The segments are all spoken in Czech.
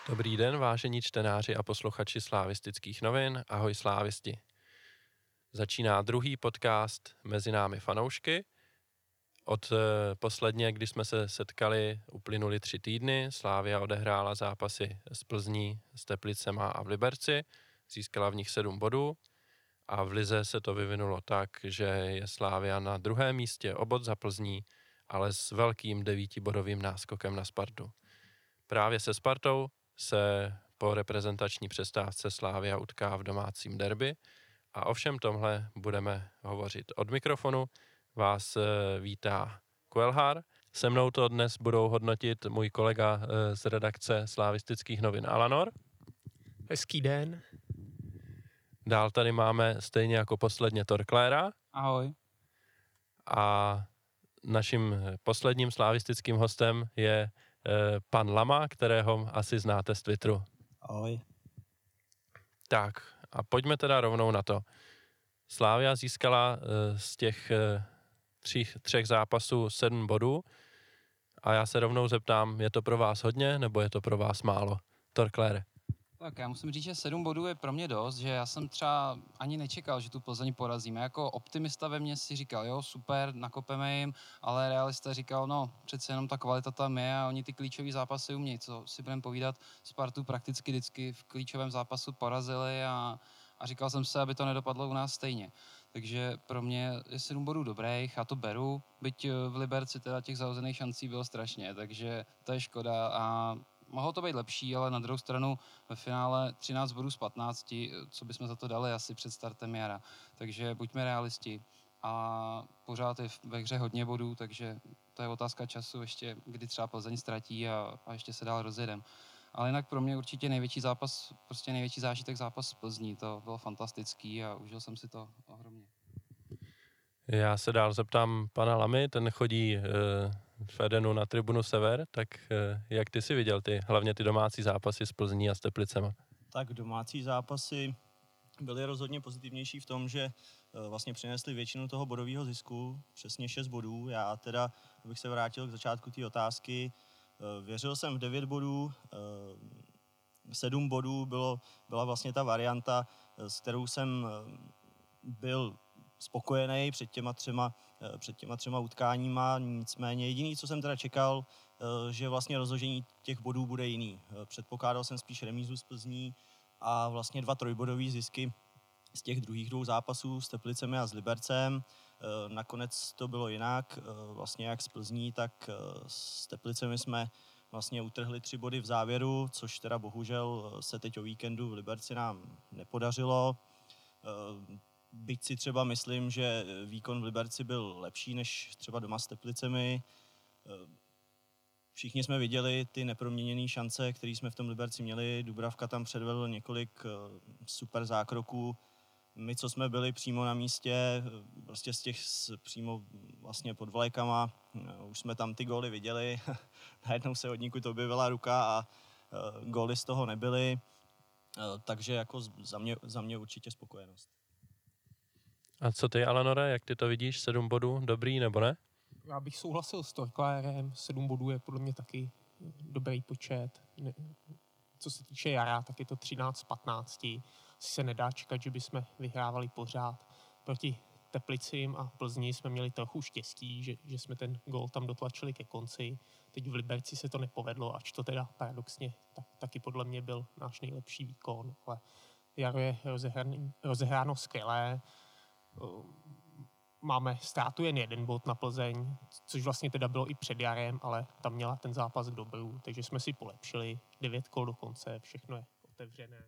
Dobrý den, vážení čtenáři a posluchači Slavistických novin, ahoj slávisti. Začíná druhý podcast Mezi námi fanoušky. Od posledně, když jsme se setkali, uplynuly 3 týdny. Slavia odehrála zápasy s Plzní, s Teplicema a v Liberci. Získala v nich 7 bodů a v lize se to vyvinulo tak, že je Slavia na druhém místě o bod za Plzní, ale s velkým 9bodovým náskokem na Spartu. Právě se Spartou se po reprezentační přestávce Slavia utká v domácím derby a o všem tomhle budeme hovořit. Od mikrofonu vás vítá Kuelhár. Se mnou to dnes budou hodnotit můj kolega z redakce Slavistických novin Alanor. Hezký den. Dál tady máme stejně jako posledně Torkléra. Ahoj. A naším posledním slavistickým hostem je pan Lama, kterého asi znáte z Twitteru. Ahoj. Tak a pojďme teda rovnou na to. Slavia získala z těch třech zápasů 7 bodů a já se rovnou zeptám, je to pro vás hodně nebo je to pro vás málo? Torklére. Tak já musím říct, že 7 bodů je pro mě dost, že já jsem třeba ani nečekal, že tu Plzeň porazíme. Jako optimista ve mně si říkal, jo, super, nakopeme jim, ale realista říkal, no, přece jenom ta kvalita tam je a oni ty klíčové zápasy umějí, co si budeme povídat. Spartu prakticky vždycky v klíčovém zápasu porazili a říkal jsem se, aby to nedopadlo u nás stejně. Takže pro mě je 7 bodů dobrých, já to beru, byť v Liberci teda těch zahozených šancí bylo strašně, takže to je škoda a mohlo to být lepší, ale na druhou stranu ve finále 13 bodů z 15, co bychom za to dali asi před startem jara. Takže buďme realisti a pořád je ve hře hodně bodů, takže to je otázka času ještě, kdy třeba Plzeň ztratí a ještě se dál rozjedem. Ale jinak pro mě určitě největší zápas, prostě největší zážitek zápas z Plzní, to bylo fantastický a užil jsem si to ohromně. Já se dál zeptám pana Lamy, ten chodí v Edenu na tribunu Sever, tak jak ty si viděl hlavně ty domácí zápasy s Plzní a s Teplicema? Tak domácí zápasy byly rozhodně pozitivnější v tom, že vlastně přinesli většinu toho bodového zisku, přesně 6 bodů. Já teda, abych se vrátil k začátku té otázky, věřil jsem v 9 bodů, 7 bodů byla vlastně ta varianta, s kterou jsem byl spokojený před těma třema utkáníma, nicméně jediný, co jsem teda čekal, že vlastně rozložení těch bodů bude jiný. Předpokládal jsem spíš remízu z Plzní a vlastně 2 trojbodové zisky z těch druhých 2 zápasů s Teplicemi a s Libercem. Nakonec to bylo jinak, vlastně jak z Plzní, tak s Teplicemi jsme vlastně utrhli 3 body v závěru, což teda bohužel se teď o víkendu v Liberci nám nepodařilo. Byť si třeba myslím, že výkon v Liberci byl lepší než třeba doma s Teplicemi. Všichni jsme viděli ty neproměněné šance, které jsme v tom Liberci měli. Dubravka tam předvedl několik super zákroků. My, co jsme byli přímo na místě, prostě přímo vlastně pod vlajkama, už jsme tam ty góly viděli. Najednou se od nikud objevila ruka a góly z toho nebyly. Takže jako za mě určitě spokojenost. A co ty, Alanore, jak ty to vidíš? 7 bodů, dobrý nebo ne? Já bych souhlasil s Torklérem, 7 bodů je podle mě taky dobrý počet. Co se týče jara, tak je to 13 z 15. Se nedá čekat, že bychom vyhrávali pořád. Proti Teplicím a Plzni jsme měli trochu štěstí, že jsme ten gól tam dotlačili ke konci. Teď v Liberci se to nepovedlo, ač to teda paradoxně taky podle mě byl náš nejlepší výkon. Ale jaro je rozehráno skvělé. Máme ztrátu jen 1 bod na Plzeň, což vlastně teda bylo i před jarem, ale tam měla ten zápas k dobru, takže jsme si polepšili 9 kol do konce, všechno je otevřené.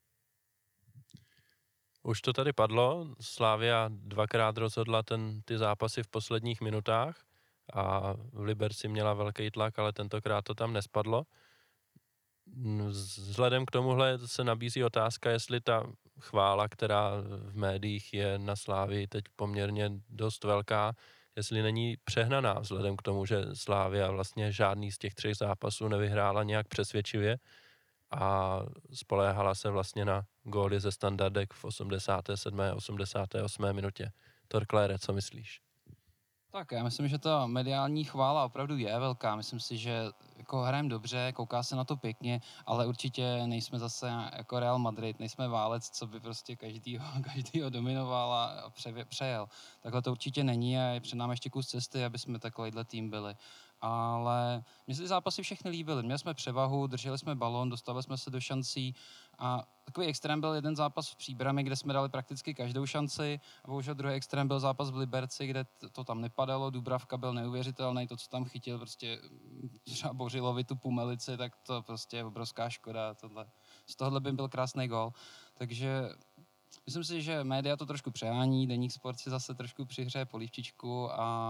Už to tady padlo, Slavia 2krát rozhodla ty zápasy v posledních minutách a v Liberci měla velký tlak, ale tentokrát to tam nespadlo. Vzhledem k tomuhle se nabízí otázka, jestli ta chvála, která v médiích je na Slavii teď poměrně dost velká, jestli není přehnaná vzhledem k tomu, že Slavia vlastně žádný z těch 3 zápasů nevyhrála nějak přesvědčivě a spoléhala se vlastně na góly ze standardek v 87. a 88. minutě. Torklére, co myslíš? Tak, já myslím, že ta mediální chvála opravdu je velká. Myslím si, že jako hrajeme dobře, kouká se na to pěkně, ale určitě nejsme zase jako Real Madrid, nejsme válec, co by prostě každýho dominoval a přejel. Takhle to určitě není a je před námi ještě kus cesty, aby jsme takovýhle tým byli. Ale mně se ty zápasy všechny líbily. Měli jsme převahu, drželi jsme balón, dostali jsme se do šancí a takový extrém byl jeden zápas v Příbrami, kde jsme dali prakticky každou šanci a bohužel druhý extrém byl zápas v Liberci, kde to tam nepadalo, Dubravka byl neuvěřitelný, to, co tam chytil, prostě třeba Bořilovi tu Pumelici, tak to prostě je obrovská škoda. Z tohohle by byl krásný gol. Takže myslím si, že média to trošku přehání, Deník Sport si zase trošku přihřeje polívčičku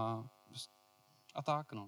a tak, no.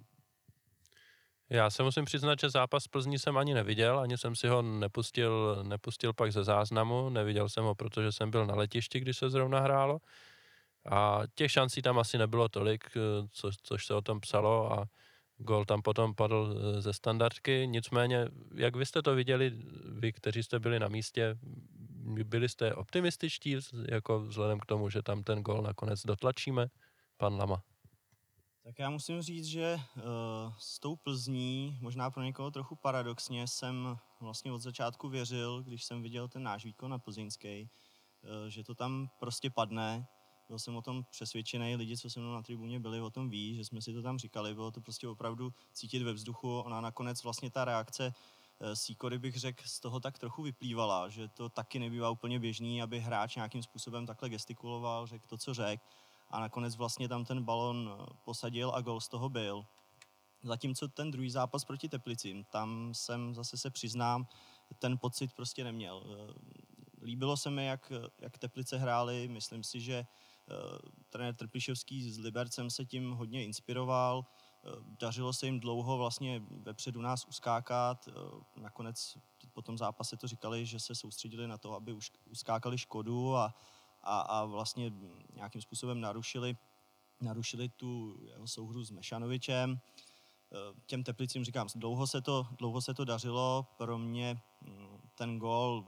Já se musím přiznat, že zápas z Plzní jsem ani neviděl, ani jsem si ho nepustil pak ze záznamu, neviděl jsem ho, protože jsem byl na letišti, když se zrovna hrálo a těch šancí tam asi nebylo tolik, což se o tom psalo a gól tam potom padl ze standardky, nicméně, jak vy jste to viděli, vy, kteří jste byli na místě, byli jste optimističtí, jako vzhledem k tomu, že tam ten gól nakonec dotlačíme, pan Lama? Tak já musím říct, že s tou Plzní, možná pro někoho trochu paradoxně, jsem vlastně od začátku věřil, když jsem viděl ten náš výkon na plzeňský, že to tam prostě padne. Byl jsem o tom přesvědčený, lidi, co se mnou na tribuně byli, o tom ví, že jsme si to tam říkali, bylo to prostě opravdu cítit ve vzduchu. Ona nakonec vlastně ta reakce Sýkory, bych řekl, z toho tak trochu vyplývala, že to taky nebývá úplně běžný, aby hráč nějakým způsobem takhle gestikuloval, řekl to, co řekl. A nakonec vlastně tam ten balon posadil a gol z toho byl. Zatímco ten druhý zápas proti Teplicím, tam jsem zase se přiznám, ten pocit prostě neměl. Líbilo se mi, jak Teplice hráli, myslím si, že trenér Trpišovský s Libercem se tím hodně inspiroval. Dařilo se jim dlouho vlastně vepředu nás uskákat. Nakonec po tom zápase to říkali, že se soustředili na to, aby uskákali Škodu a vlastně nějakým způsobem narušili tu jeho souhru s Mešanovičem. Těm Teplicím říkám, dlouho se to dařilo. Pro mě ten gól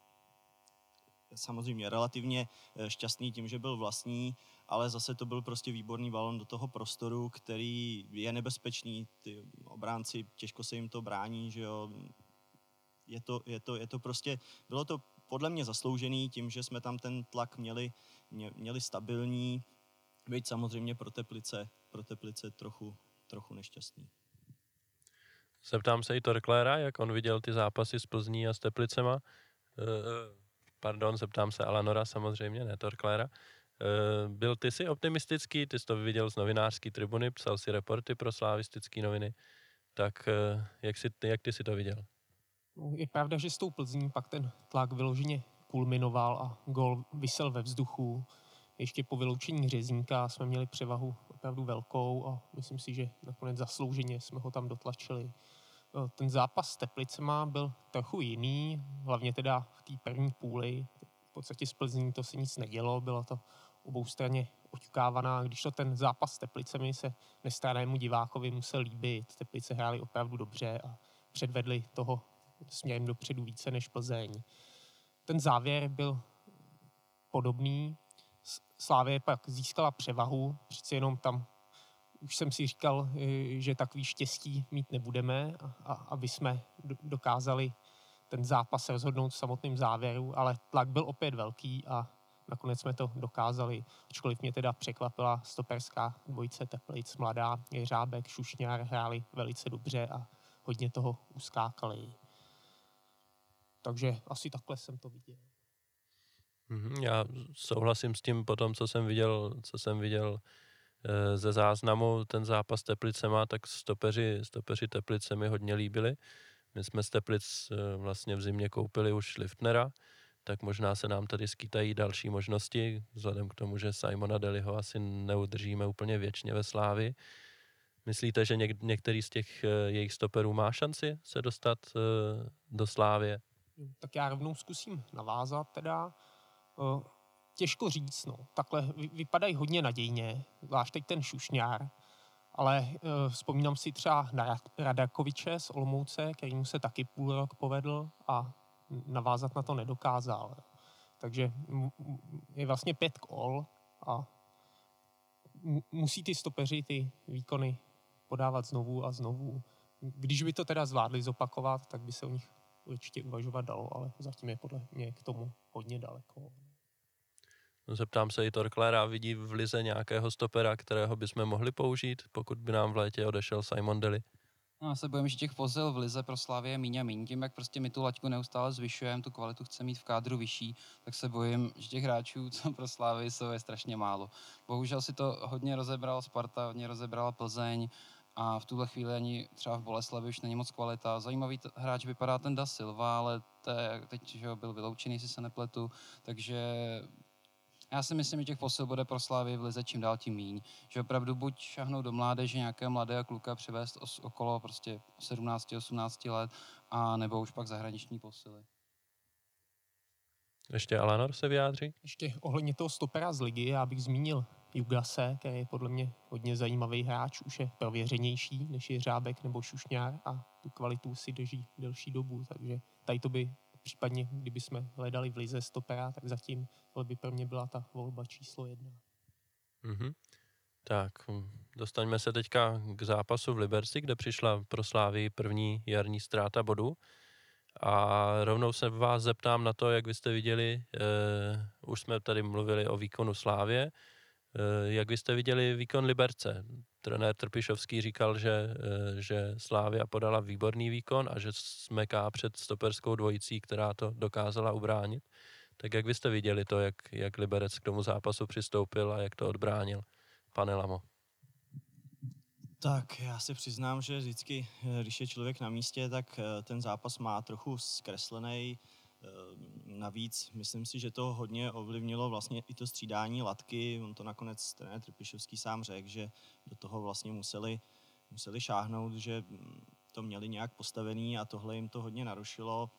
samozřejmě relativně šťastný tím, že byl vlastní, ale zase to byl prostě výborný balon do toho prostoru, který je nebezpečný. Ty obránci, těžko se jim to brání, že jo. Je to prostě, bylo to podle mě zasloužený tím, že jsme tam ten tlak měli stabilní, byť samozřejmě pro Teplice trochu nešťastný. Zeptám se i Torkléra, jak on viděl ty zápasy s Plzní a s Teplicema. Zeptám se Alanora samozřejmě, ne Torkléra. Byl ty si optimistický, ty jsi to viděl z novinářské tribuny, psal si reporty pro slavistické noviny, tak jak ty si to viděl? Je pravda, že s tou Plzní pak ten tlak vyloženě kulminoval a gól visel ve vzduchu. Ještě po vyloučení Řezníka jsme měli převahu opravdu velkou a myslím si, že nakonec zaslouženě jsme ho tam dotlačili. Ten zápas s Teplicema byl trochu jiný, hlavně teda v té první půli. V podstatě s Plzní to se nic nedělo, bylo to oboustranně oťukávaná. Když to ten zápas s Teplicemi se nestrannému divákovi musel líbit, Teplice hráli opravdu dobře a předvedli toho směrem dopředu více než Plzeň. Ten závěr byl podobný. Slávě pak získala převahu, přeci jenom tam už jsem si říkal, že takový štěstí mít nebudeme, aby jsme dokázali ten zápas rozhodnout v samotném závěru, ale tlak byl opět velký a nakonec jsme to dokázali, ačkoliv mě teda překvapila stoperská dvojice Teplic, Mladá, Jeřábek, Šušňár hráli velice dobře a hodně toho uskákali. Takže asi takhle jsem to viděl. Já souhlasím s tím potom, co jsem viděl ze záznamu, ten zápas s Teplicema, tak stopeři Teplice mi hodně líbili. My jsme z Teplic vlastně v zimě koupili už Liftnera, tak možná se nám tady skýtají další možnosti, vzhledem k tomu, že Simona Deliho asi neudržíme úplně věčně ve Slávi. Myslíte, že některý z těch jejich stoperů má šanci se dostat do Slávie? Tak já rovnou zkusím navázat teda. Těžko říct, no. Takhle vypadají hodně nadějně, zvlášť teď ten Šušňár, ale vzpomínám si třeba na Radakoviče z Olomouce, kterýmu se taky půl rok povedl a navázat na to nedokázal. Takže je vlastně 5 kol a musí ty stopeři ty výkony podávat znovu a znovu. Když by to teda zvládli zopakovat, tak by se o nich určitě uvažovat dalo, ale zatím je podle mě k tomu hodně daleko. Zeptám se i Torklera, vidí v lize nějakého stopera, kterého bychom mohli použít, pokud by nám v létě odešel Simon Daly? No, já se bojím, že těch pozil v lize pro Slavii je míň a míň. Tím, jak prostě my tu laťku neustále zvyšujeme, tu kvalitu chce mít v kádru vyšší, tak se bojím, že těch hráčů, co pro Slavii jsou, je strašně málo. Bohužel si to hodně rozebrala Sparta, hodně rozebrala Plzeň a v tuhle chvíli ani třeba v Boleslavi už není moc kvalita. Zajímavý hráč vypadá ten Da Silva, ale teď že byl vyloučený, jestli se nepletu, takže já si myslím, že těch posil bude pro Slavii v lize čím dál tím míň. Že opravdu buď šahnou do mládeže nějakého mladého kluka přivést okolo prostě 17-18 let, a nebo už pak zahraniční posily. Ještě Alanor se vyjádří? Ještě ohledně toho stopera z ligy, já bych zmínil Jugase, který je podle mě hodně zajímavý hráč, už je prověřenější než je Řábek nebo Šušňár a tu kvalitu si drží delší dobu, takže tady to by případně, kdyby jsme hledali v lize stopera, tak zatím tohle by pro mě byla ta volba číslo 1. Mhm. Tak, dostaňme se teďka k zápasu v Liberci, kde přišla pro Slávii první jarní ztráta bodů. A rovnou se vás zeptám na to, jak vy jste viděli, už jsme tady mluvili o výkonu Slávie, jak vy jste viděli výkon Liberce. Trenér Trpišovský říkal, že Slávia podala výborný výkon a že smeká před stoperskou dvojicí, která to dokázala ubránit. Tak jak vy jste viděli to, jak Liberec k tomu zápasu přistoupil a jak to odbránil? Pane Lamo. Tak já se přiznám, že vždycky, když je člověk na místě, tak ten zápas má trochu zkreslený. Navíc myslím si, že to hodně ovlivnilo vlastně i to střídání latky. On to nakonec trenér Trpišovský sám řekl, že do toho vlastně museli šáhnout, že to měli nějak postavený a tohle jim to hodně narušilo.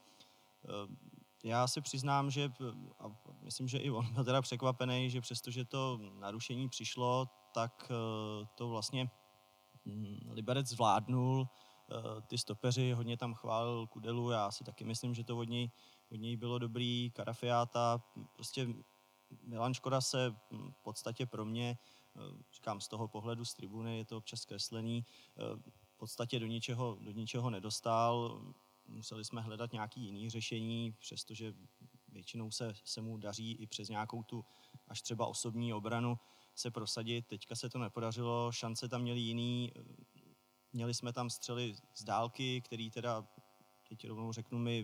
Já se přiznám, že a myslím, že i on byl teda překvapený, že přestože to narušení přišlo, tak to vlastně Liberec zvládnul, ty stopeři hodně tam chválil Kudelu, já si taky myslím, že to od něj bylo dobrý, Karafiáta, prostě Milan Škoda se v podstatě pro mě, říkám z toho pohledu z tribuny, je to občas zkreslený, v podstatě do ničeho nedostal, museli jsme hledat nějaký jiný řešení, přestože většinou se mu daří i přes nějakou tu až třeba osobní obranu se prosadit. Teďka se to nepodařilo, šance tam měli jiný, měli jsme tam střely z dálky, který teda, teď rovnou řeknu mi,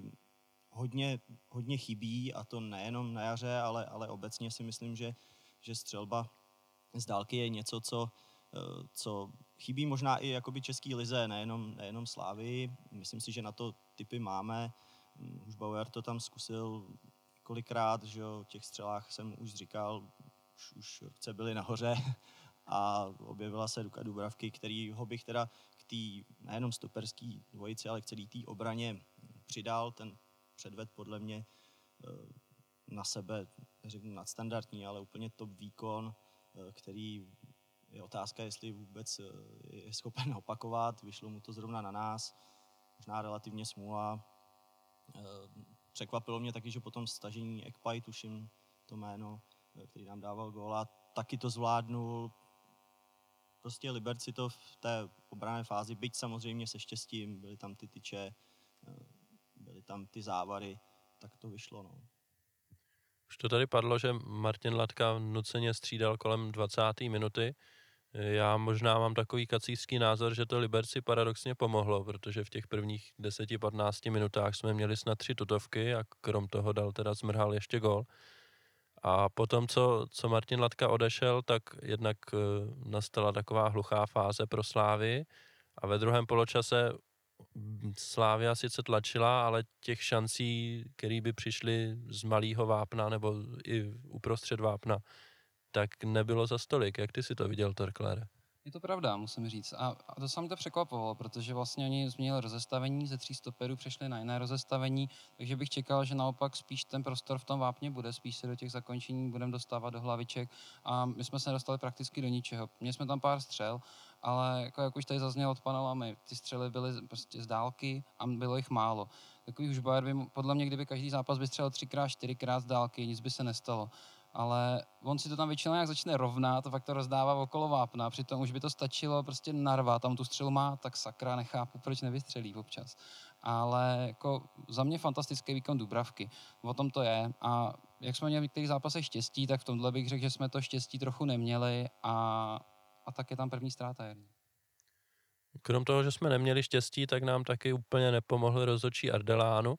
hodně chybí a to nejenom na jaře, ale obecně si myslím, že střelba z dálky je něco, co chybí možná i jakoby český lize, nejenom Slávii. Myslím si, že na to typy máme. Už Bauer to tam zkusil několikrát, že o těch střelách jsem už říkal, už ruce byly nahoře a objevila se Duka Dubravky, kterýho bych teda k té nejenom stoperský dvojici, ale k celé té obraně přidal. Ten předved podle mě na sebe, neřeknu nadstandardní, ale úplně top výkon, který je otázka, jestli vůbec je schopen opakovat. Vyšlo mu to zrovna na nás, možná relativně smůla. Překvapilo mě taky, že potom stažení Ekpaj, tuším to jméno, který nám dával góla, taky to zvládnul. Prostě Liberci to v té obranné fázi, byť samozřejmě se štěstím, byly tam ty tyče, byly tam ty závary, tak to vyšlo. No. Už to tady padlo, že Martin Latka nuceně střídal kolem 20. minuty. Já možná mám takový kacířský názor, že to Liberci paradoxně pomohlo, protože v těch prvních 10-15 minutách jsme měli snad 3 tutovky a krom toho dal teda zmrhal ještě gól. A potom, co Martin Latka odešel, tak jednak nastala taková hluchá fáze pro Slávii a ve druhém poločase Slávia sice tlačila, ale těch šancí, které by přišly z malého vápna nebo i uprostřed vápna, tak nebylo za stolik. Jak ty si to viděl, Torklére? Je to pravda, musím říct. A to se mi to překvapovalo, protože vlastně oni změnili rozestavení, ze 3 stoperů přešli na jiné rozestavení, takže bych čekal, že naopak spíš ten prostor v tom vápně bude, spíš se do těch zakončení budeme dostávat do hlaviček a my jsme se nedostali prakticky do ničeho. Měli jsme tam pár střel, ale jak už tady zaznělo od pana Lamy, ty střely byly prostě z dálky a bylo jich málo. Takový hužbajer by, podle mě, kdyby každý zápas vystřelil 3x, 4x z dálky, nic by se nestalo. Ale on si to tam většinou nějak začne rovnat a pak to rozdává okolo vápna. Přitom už by to stačilo prostě narvat, tam tu střelu má, tak sakra, nechápu, proč nevystřelí občas. Ale jako za mě fantastický výkon Dubravky. O tom to je. A jak jsme měli v některých zápasech štěstí, tak v tomhle bych řekl, že jsme to štěstí trochu neměli a tak je tam první ztráta. Krom toho, že jsme neměli štěstí, tak nám taky úplně nepomohl rozhodčí Ardelánu.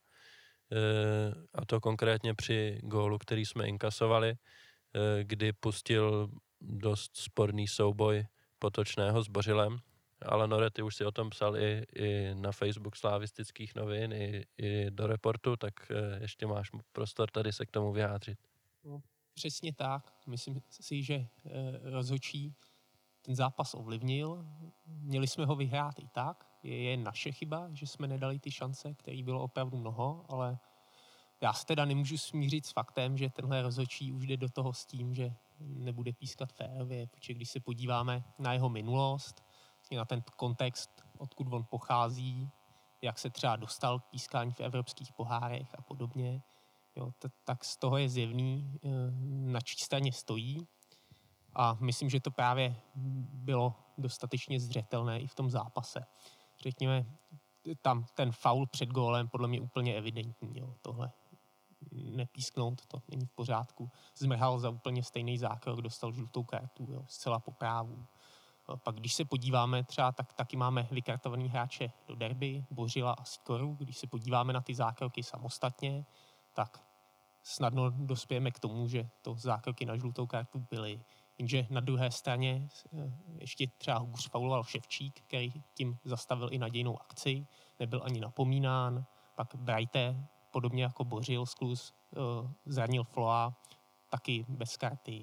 A to konkrétně při gólu, který jsme inkasovali, kdy pustil dost sporný souboj Potočného s Bořilem. Ale Nore, ty už si o tom psal i na Facebook Slavistických novin, i do reportu, tak ještě máš prostor tady se k tomu vyjádřit. No, přesně tak. Myslím si, že rozhodčí ten zápas ovlivnil. Měli jsme ho vyhrát i tak. Je naše chyba, že jsme nedali ty šance, které bylo opravdu mnoho, ale já se teda nemůžu smířit s faktem, že tenhle rozhodčí už jde do toho s tím, že nebude pískat férově, protože když se podíváme na jeho minulost, na ten kontext, odkud on pochází, jak se třeba dostal k pískání v evropských pohárech a podobně, jo, tak z toho je zjevný, na čí straně stojí. A myslím, že to právě bylo dostatečně zřetelné i v tom zápase. Řekněme, tam ten faul před gólem podle mě úplně evidentní. Jo, tohle nepísknout, to není v pořádku. Zmrhal za úplně stejný zákrok, dostal žlutou kartu, jo, zcela po právu. Pak když se podíváme třeba, tak taky máme vykartovaný hráče do derby, Bořila a Sikoru. Když se podíváme na ty zákroky samostatně, tak snadno dospějeme k tomu, že to zákroky na žlutou kartu byly. Jenže na druhé straně ještě třeba hůř fauloval Ševčík, který tím zastavil i nadějnou akci, nebyl ani napomínán. Pak Brajte, podobně jako Bořil skluz, zranil Floa, taky bez karty.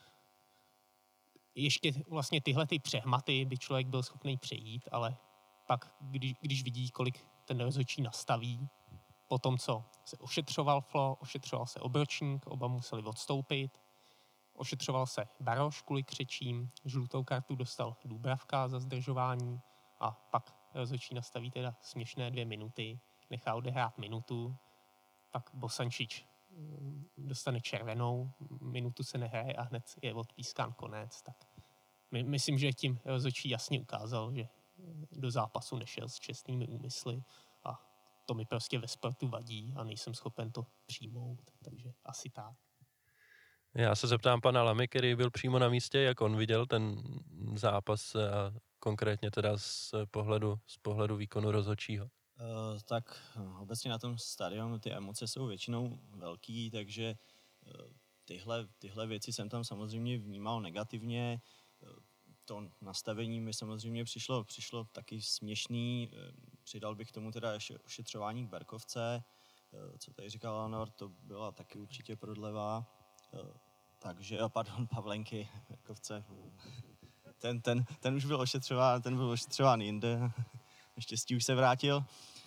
Ještě vlastně tyhle ty přehmaty by člověk byl schopný přejít, ale pak, když vidí, kolik ten rozhodčí nastaví, po tom, co se ošetřoval Flo, ošetřoval se Obročník, oba museli odstoupit, ošetřoval se Baroš kvůli křečím, žlutou kartu dostal Dubravka za zdržování a pak rozhodčí nastaví teda směšné 2 minuty, nechá odehrát minutu, pak Bosančič dostane červenou, minutu se nehraje a hned je odpískán konec. Tak myslím, že tím rozhodčí jasně ukázal, že do zápasu nešel s čestnými úmysly a to mi prostě ve sportu vadí a nejsem schopen to přijmout, takže asi tak. Já se zeptám pana Lamy, který byl přímo na místě, jak on viděl ten zápas a konkrétně teda z pohledu výkonu rozhodčího. Tak obecně na tom stadionu ty emoce jsou většinou velký, takže tyhle věci jsem tam samozřejmě vnímal negativně. To nastavení mi samozřejmě přišlo taky směšný. Přidal bych tomu teda ještě ošetřování k Berkovce, co tady říkal Anor, to byla taky určitě prodleva. Takže, pardon, Pavlenky, Berkovce. Ten už byl ošetřován jinde. Naštěstí už se vrátil.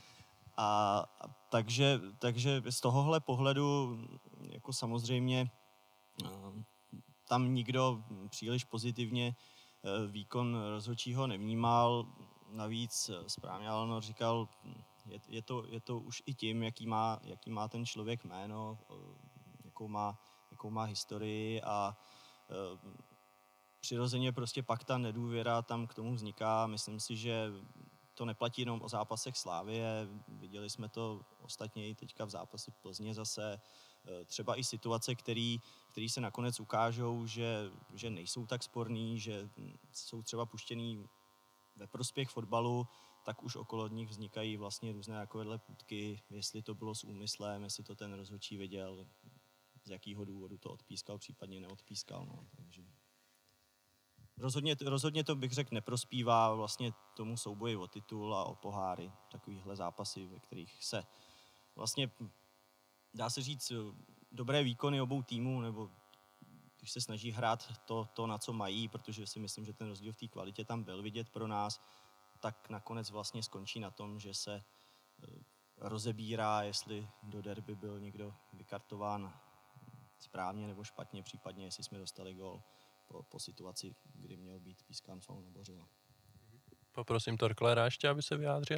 Takže z tohohle pohledu jako samozřejmě tam nikdo příliš pozitivně výkon rozhodčího nevnímal. Navíc správně Alanor říkal, je to už i tím, jaký má ten člověk jméno, jakou má historii a přirozeně prostě pak ta nedůvěra tam k tomu vzniká. Myslím si, že to neplatí jenom o zápasech Slavie, viděli jsme to ostatně i teďka v zápase Plzně zase, třeba i situace, které se nakonec ukážou, že nejsou tak sporný, že jsou třeba puštěný ve prospěch fotbalu, tak už okolo nich vznikají vlastně různé takovéhle půtky, jestli to bylo s úmyslem, jestli to ten rozhodčí věděl, z jakého důvodu to odpískal, případně neodpískal. No, takže rozhodně to bych řekl neprospívá vlastně tomu souboji o titul a o poháry, takovýchhle zápasy, ve kterých se vlastně, dá se říct, dobré výkony obou týmů, nebo když se snaží hrát to, na co mají, protože si myslím, že ten rozdíl v té kvalitě tam byl vidět pro nás, tak nakonec vlastně skončí na tom, že se rozebírá, jestli do derby byl někdo vykartován správně nebo špatně, případně jestli jsme dostali gól po situaci, kdy měl být pískán faul na Bořila. Poprosím Torklera ještě, aby se vyjádřil.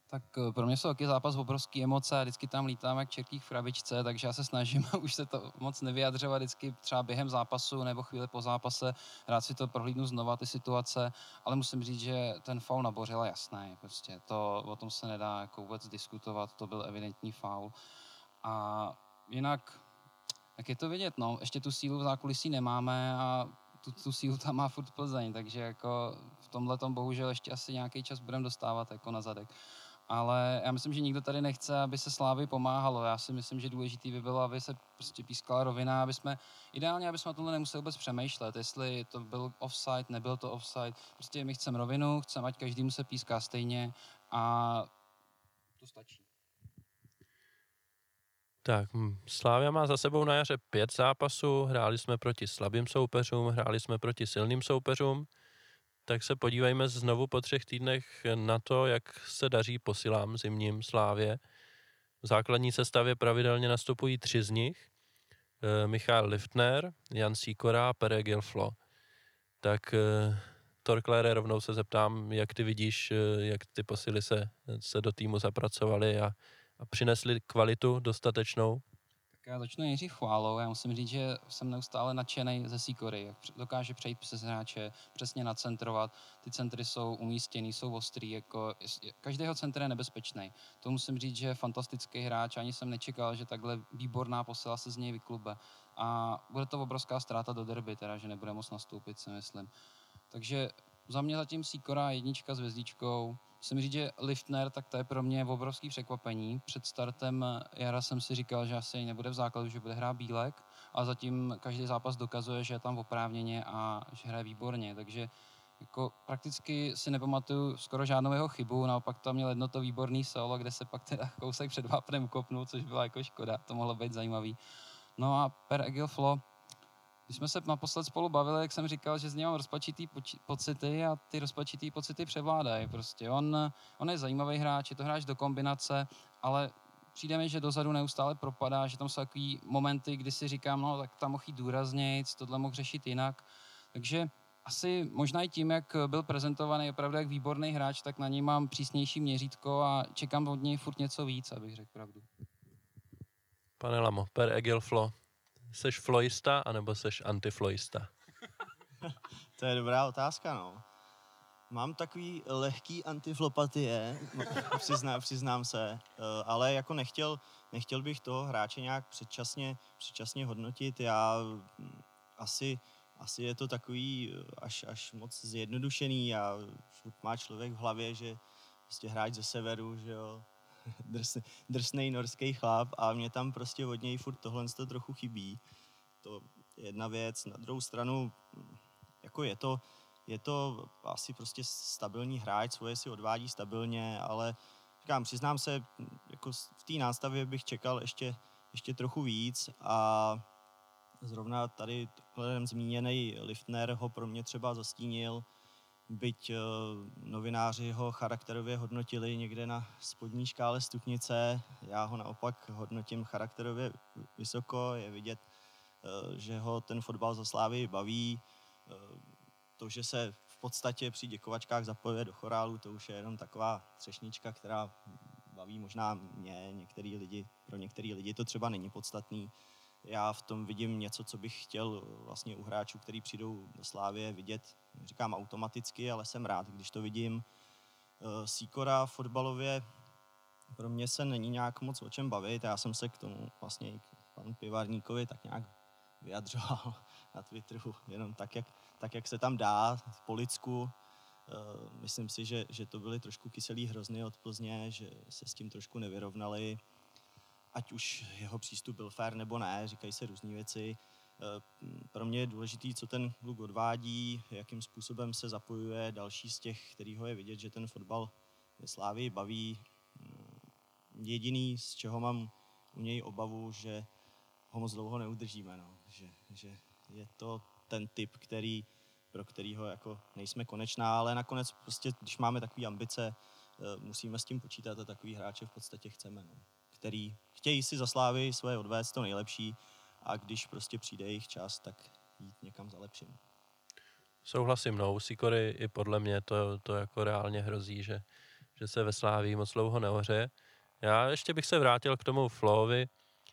Tak pro mě jsou taky zápas obrovský emoce a vždycky tam lítám jak čertík v krabičce, takže já se snažím už se to moc nevyjadřovat vždycky třeba během zápasu nebo chvíli po zápase, rád si to prohlídnu znova ty situace, ale musím říct, že ten faul na Bořila jasný, prostě to, o tom se nedá jako vůbec diskutovat, to byl evidentní faul. A jinak, jak je to vidět, no, ještě tu sílu v zákulisí nemáme a tu sílu tam má furt Plzeň, takže jako v tomhletom bohužel ještě asi nějaký čas budeme dostávat jako na zadek. Ale já myslím, že nikdo tady nechce, aby se Slávy pomáhalo. Já si myslím, že důležitý by bylo, aby se prostě pískala rovina, ideálně, aby jsme o tomhle nemuseli vůbec přemýšlet, jestli to byl offside, nebyl to offside. Prostě my chceme rovinu, chceme, ať každému se píská stejně a to stačí. Tak, Slavia má za sebou na jaře 5 zápasů, hráli jsme proti slabým soupeřům, hráli jsme proti silným soupeřům, tak se podívejme znovu po 3 týdnech na to, jak se daří posilám zimním Slávě. V základní sestavě pravidelně nastupují 3 z nich, Michal Liftner, Jan Sýkora a Pere Gilflo. Tak Torklére, rovnou se zeptám, jak ty vidíš, jak ty posily se do týmu zapracovaly a přinesli kvalitu dostatečnou? Tak já začnu nejdřív chválou. Já musím říct, že jsem neustále nadšený ze Sýkory, jak dokáže přejít přes hráče, přesně nacentrovat. Ty centry jsou umístěný, jsou ostrý, jako každého centra je nebezpečný. To musím říct, že je fantastický hráč, ani jsem nečekal, že takhle výborná posila se z něj vyklube. A bude to obrovská ztráta do derby, teda, že nebude moc nastoupit, si myslím. Takže za mě zatím Sýkora 1 s hvězdičkou. Musím říct, že Liftner, tak to je pro mě obrovský překvapení. Před startem jara jsem si říkal, že asi nebude v základu, že bude hrát Bílek, a zatím každý zápas dokazuje, že je tam oprávněně a že hraje výborně. Takže jako prakticky si nepamatuju skoro žádnou jeho chybu, naopak tam měl jedno to výborný solo, kde se pak teda kousek před vápnem ukopnul, což byla jako škoda, to mohlo být zajímavý. No a Per Egilflo, když jsme se naposled spolu bavili, jak jsem říkal, že z něj mám rozpačitý pocity a ty rozpačitý pocity převládají. Prostě on je zajímavý hráč, je to hráč do kombinace, ale přijde mi, že dozadu neustále propadá, že tam jsou takový momenty, kdy si říkám, no tak tam mohl jít důraznějc, tohle mohl řešit jinak. Takže asi možná i tím, jak byl prezentovaný opravdu jak výborný hráč, tak na něj mám přísnější měřítko a čekám od něj furt něco víc, abych řekl pravdu. Pane Lamo, Per Egilflo, seš floista, anebo seš antifloista? To je dobrá otázka, no. Mám takový lehký antiflopatie, přiznám se, ale jako nechtěl bych toho hráče nějak předčasně hodnotit. Asi je to takový až moc zjednodušený a má člověk v hlavě, že prostě hráč ze severu, že jo, drsnej norský chlap a mě tam prostě od něj furt tohle trochu chybí. To je jedna věc. Na druhou stranu, jako je to asi prostě stabilní hráč, svoje si odvádí stabilně, ale říkám, přiznám se, jako v té nástavě bych čekal ještě trochu víc a zrovna tady zmíněný Liftner ho pro mě třeba zastínil, byť novináři ho charakterově hodnotili někde na spodní škále stupnice, já ho naopak hodnotím charakterově vysoko, je vidět, že ho ten fotbal za Slávy baví. To, že se v podstatě při děkovačkách zapojuje do chorálu, to už je jenom taková třešnička, která baví možná mě, pro některý lidi to třeba není podstatný. Já v tom vidím něco, co bych chtěl vlastně u hráčů, kteří přijdou do Slávie, vidět, říkám automaticky, ale jsem rád, když to vidím. Sýkora fotbalově pro mě se není nějak moc o čem bavit. Já jsem se k tomu vlastně i k panu Pivarníkovi tak nějak vyjadřoval na Twitteru, jenom tak, jak se tam dá, po lidsku. Myslím si, že to byly trošku kyselý hrozny od Plzně, že se s tím trošku nevyrovnali. Ať už jeho přístup byl fair nebo ne, říkají se různé věci. Pro mě je důležitý, co ten kluk odvádí, jakým způsobem se zapojuje, další z těch, kterýho je vidět, že ten fotbal ve Slávii baví. Jediný, z čeho mám u něj obavu, že ho moc dlouho neudržíme, no. Že je to ten typ, pro kterýho jako nejsme konečná, ale nakonec prostě, když máme takové ambice, musíme s tím počítat a takový hráče v podstatě chceme, no. Který chtějí si za Slávy svoje odvést to nejlepší a když prostě přijde jejich čas, tak jít někam za lepším. Souhlasím, no, u Sýkory i podle mě to jako reálně hrozí, že že se ve Slávii moc dlouho neohřeje. Já ještě bych se vrátil k tomu Flowovi.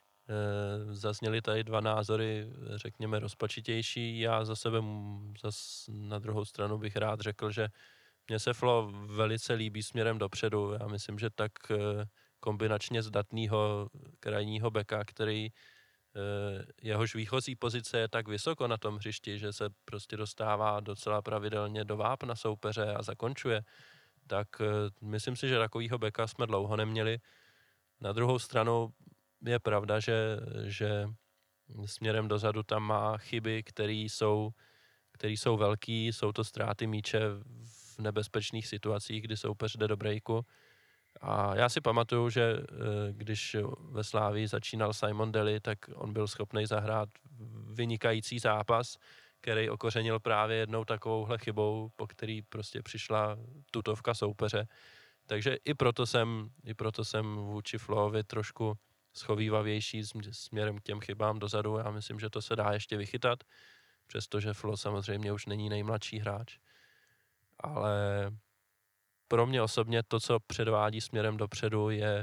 Zazněly tady dva názory, řekněme, rozpačitější. Já za sebe na druhou stranu bych rád řekl, že mně se Flow velice líbí směrem dopředu. Já myslím, že tak kombinačně zdatného krajního beka, který jehož výchozí pozice je tak vysoko na tom hřišti, že se prostě dostává docela pravidelně do vápna soupeře a zakončuje, tak myslím si, že takovýho beka jsme dlouho neměli. Na druhou stranu je pravda, že směrem dozadu tam má chyby, které jsou velký, jsou to ztráty míče v nebezpečných situacích, kdy soupeř jde do breaku. A já si pamatuju, že když ve Slávii začínal Simon Daly, tak on byl schopný zahrát vynikající zápas, který okořenil právě jednou takovouhle chybou, po který prostě přišla tutovka soupeře. Takže i proto jsem vůči Flowovi trošku schovývavější směrem k těm chybám dozadu. Já myslím, že to se dá ještě vychytat, přestože Flow samozřejmě už není nejmladší hráč. Ale pro mě osobně to, co předvádí směrem dopředu, je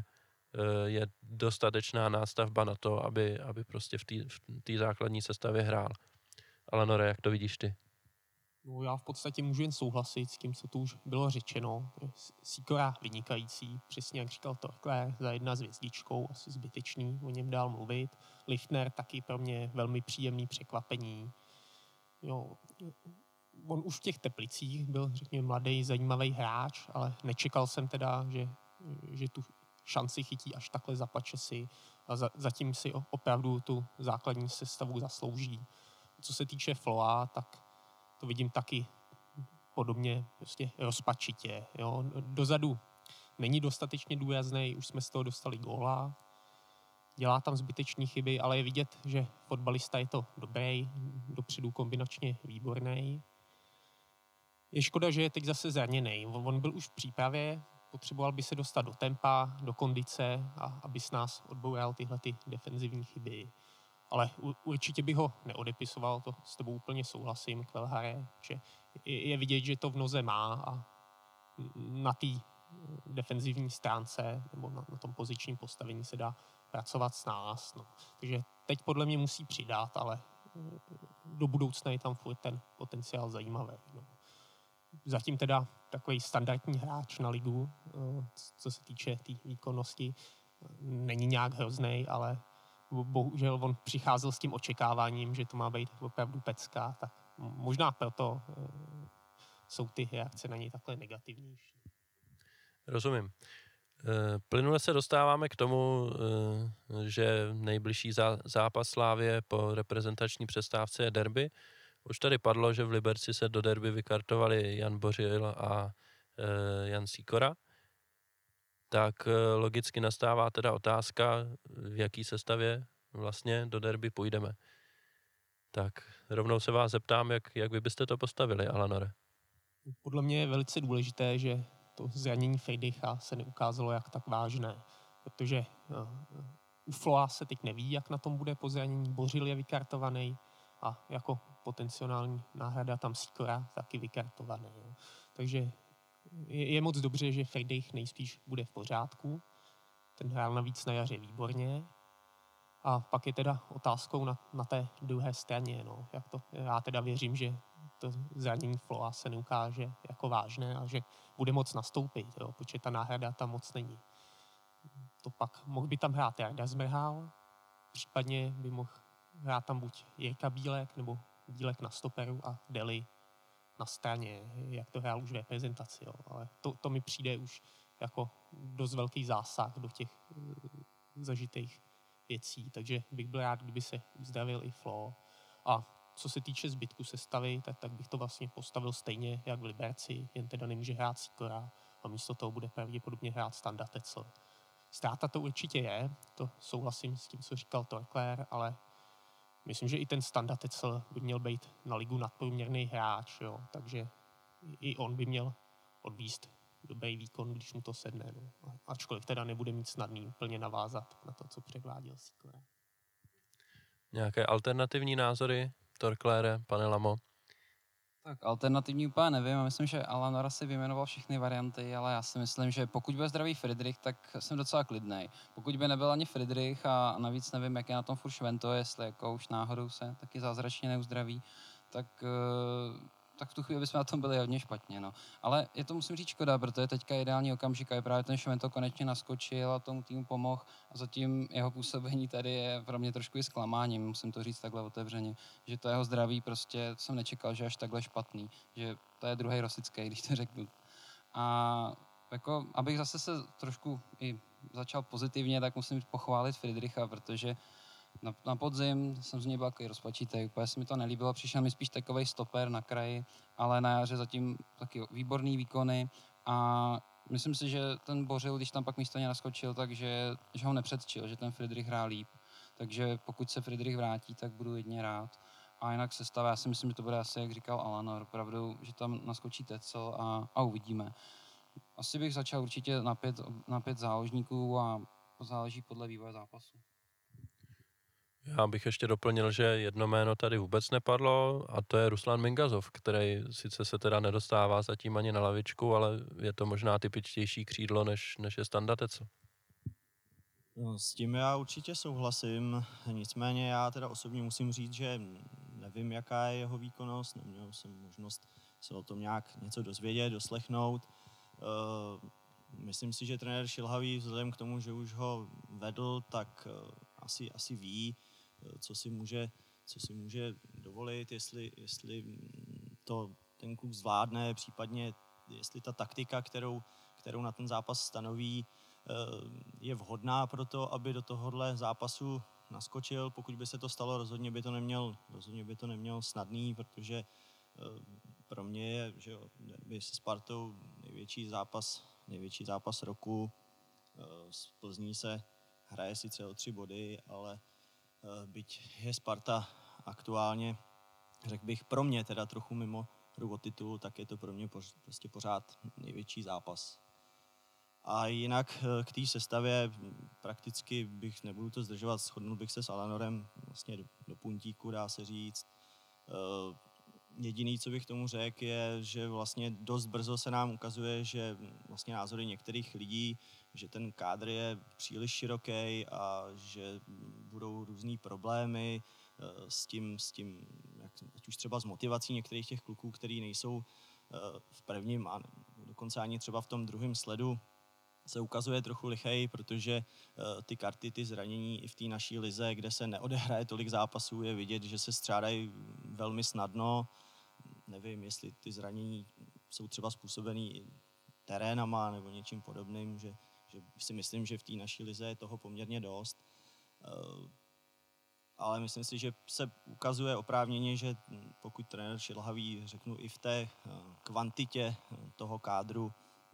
dostatečná nástavba na to, aby prostě v té základní sestavě hrál. Ale Nore, jak to vidíš ty? No, já v podstatě můžu jen souhlasit s tím, co tu už bylo řečeno. Sikora vynikající, přesně jak říkal Torkler, za 1 s hvězdičkou, asi zbytečný o něm dál mluvit. Lichtner taky pro mě velmi příjemný překvapení. Jo, on už v těch Teplicích byl, řekněme, mladý, zajímavý hráč, ale nečekal jsem teda, že tu šanci chytí až takhle za pačesy a zatím si opravdu tu základní sestavu zaslouží. Co se týče Flowa, tak to vidím taky podobně prostě rozpačitě. Jo. Dozadu není dostatečně důrazný, už jsme z toho dostali góla, dělá tam zbytečné chyby, ale je vidět, že fotbalista je to dobrý, dopředu kombinačně výborný. Je škoda, že je teď zase zraněný. On byl už v přípravě, potřeboval by se dostat do tempa, do kondice, a aby s nás odboural tyhle ty defenzivní chyby. Ale určitě bych ho neodepisoval, to s tebou úplně souhlasím, Kvelhare, že je vidět, že to v noze má a na té defenzivní stránce nebo na tom pozičním postavení se dá pracovat s nás. No. Takže teď podle mě musí přidat, ale do budoucna je tam furt ten potenciál zajímavý. No. Zatím teda takový standardní hráč na ligu, co se týče té výkonnosti, není nějak hrozný, ale bohužel on přicházel s tím očekáváním, že to má být opravdu pecka, tak možná proto jsou ty reakce na něj takhle negativnější. Rozumím. Plynule se dostáváme k tomu, že nejbližší zápas Slávie po reprezentační přestávce je derby. Už tady padlo, že v Liberci se do derby vykartovali Jan Bořil a Jan Sikora. Tak logicky nastává teda otázka, v jaký sestavě vlastně do derby půjdeme. Tak rovnou se vás zeptám, jak vy byste to postavili, Alanore. Podle mě je velice důležité, že to zranění Frejdicha se neukázalo jak tak vážné, protože u Floa se teď neví, jak na tom bude po zranění. Bořil je vykartovaný a jako potenciální náhrada tam Sikora taky vykartovaný. Jo. Takže je moc dobře, že Frejdich nejspíš bude v pořádku. Ten hrál navíc na jaře výborně. A pak je teda otázkou na té druhé straně. No. Já teda věřím, že to zranění Floa se neukáže jako vážné a že bude moc nastoupit, jo, protože ta náhrada tam moc není. To pak mohl by tam hrát Jarda Zmrhal, případně by mohl hrát tam buď Jirka Bílek nebo Bílek na stoperu a Daly na straně, jak to hrál už v reprezentaci. Jo. Ale to mi přijde už jako dost velký zásah do těch zažitých věcí, takže bych byl rád, kdyby se uzdravil i Flo. A co se týče zbytku sestavy, tak bych to vlastně postavil stejně jak v Liberci, jen teda nemůže hrát Sikora a místo toho bude pravděpodobně hrát Standa Tecl. Ztráta to určitě je, to souhlasím s tím, co říkal Torkler, ale myslím, že i ten Standa Tecl by měl být na ligu nadprůměrný hráč, jo, takže i on by měl odvíst dobrý výkon, když mu to sedne. No. Ačkoliv teda nebude mít snadný úplně navázat na to, co předváděl Sikora. Nějaké alternativní názory, Torklére, pane Lamo? Tak alternativní úplně nevím, já myslím, že Alanor si vyjmenoval všechny varianty, ale já si myslím, že pokud bude zdravý Friedrich, tak jsem docela klidnej. Pokud by nebyl ani Friedrich a navíc nevím, jak je na tom furt Švento, jestli jako už náhodou se taky zázračně neuzdraví, tak v tu chvíli bychom na tom byli hodně špatně. No. Ale je to, musím říct, škoda, protože teďka ideální okamžik a je právě ten Švento konečně naskočil a tomu týmu pomohl a zatím jeho působení tady je pro mě trošku i zklamáním, musím to říct takhle otevřeně, že to jeho zdraví prostě jsem nečekal, že až takhle špatný, že to je druhý Rosický, když to řeknu. A jako, abych zase se trošku i začal pozitivně, tak musím pochválit Friedricha, protože na podzim jsem z něj byl takový rozpačitý, úplně se mi to nelíbilo, přišel mi spíš takovej stoper na kraji, ale na jaře zatím taky výborný výkony a myslím si, že ten Bořil, když tam pak místo něj naskočil, takže že ho nepředčil, že ten Friedrich hrál líp. Takže pokud se Friedrich vrátí, tak budu jedně rád. A jinak sestava, já si myslím, že to bude asi, jak říkal Alan, opravdu, že tam naskočí Tecel a uvidíme. Asi bych začal určitě na pět záložníků a záleží podle vývoje zápasu. Já bych ještě doplnil, že jedno jméno tady vůbec nepadlo a to je Ruslan Mingazov, který sice se teda nedostává zatím ani na lavičku, ale je to možná typičtější křídlo, než je Standa Tecel. No, s tím já určitě souhlasím, nicméně já teda osobně musím říct, že nevím, jaká je jeho výkonnost, neměl jsem možnost se o tom nějak něco dozvědět, doslechnout. Myslím si, že trenér Šilhavý vzhledem k tomu, že už ho vedl, tak asi ví, co si může dovolit, jestli to ten kluk zvládne, případně jestli ta taktika, kterou na ten zápas stanoví, je vhodná pro to, aby do tohohle zápasu naskočil. Pokud by se to stalo, rozhodně by to neměl snadný, protože pro mě je, že jo, derby se Spartou největší zápas roku. Z Plzní se hraje sice o 3 body, ale byť je Sparta aktuálně, řekl bych, pro mě teda trochu mimo hru o titul, tak je to pro mě prostě pořád největší zápas. A jinak k té sestavě prakticky nebudu to zdržovat, shodnul bych se s Alanorem vlastně do puntíku, dá se říct. Jediný, co bych tomu řekl, je, že vlastně dost brzo se nám ukazuje, že vlastně názory některých lidí, že ten kádr je příliš široký a že budou různý problémy s tím ať už třeba s motivací některých těch kluků, který nejsou v prvním a dokonce ani třeba v tom druhém sledu, se ukazuje trochu lichej, protože ty karty, ty zranění i v té naší lize, kde se neodehraje tolik zápasů, je vidět, že se střádají velmi snadno. Nevím, jestli ty zranění jsou třeba způsobený terénama nebo něčím podobným, že si myslím, že v té naší lize je toho poměrně dost. Ale myslím si, že se ukazuje oprávněně, že pokud trenér Šilhavý, řeknu i v té kvantitě toho kádru,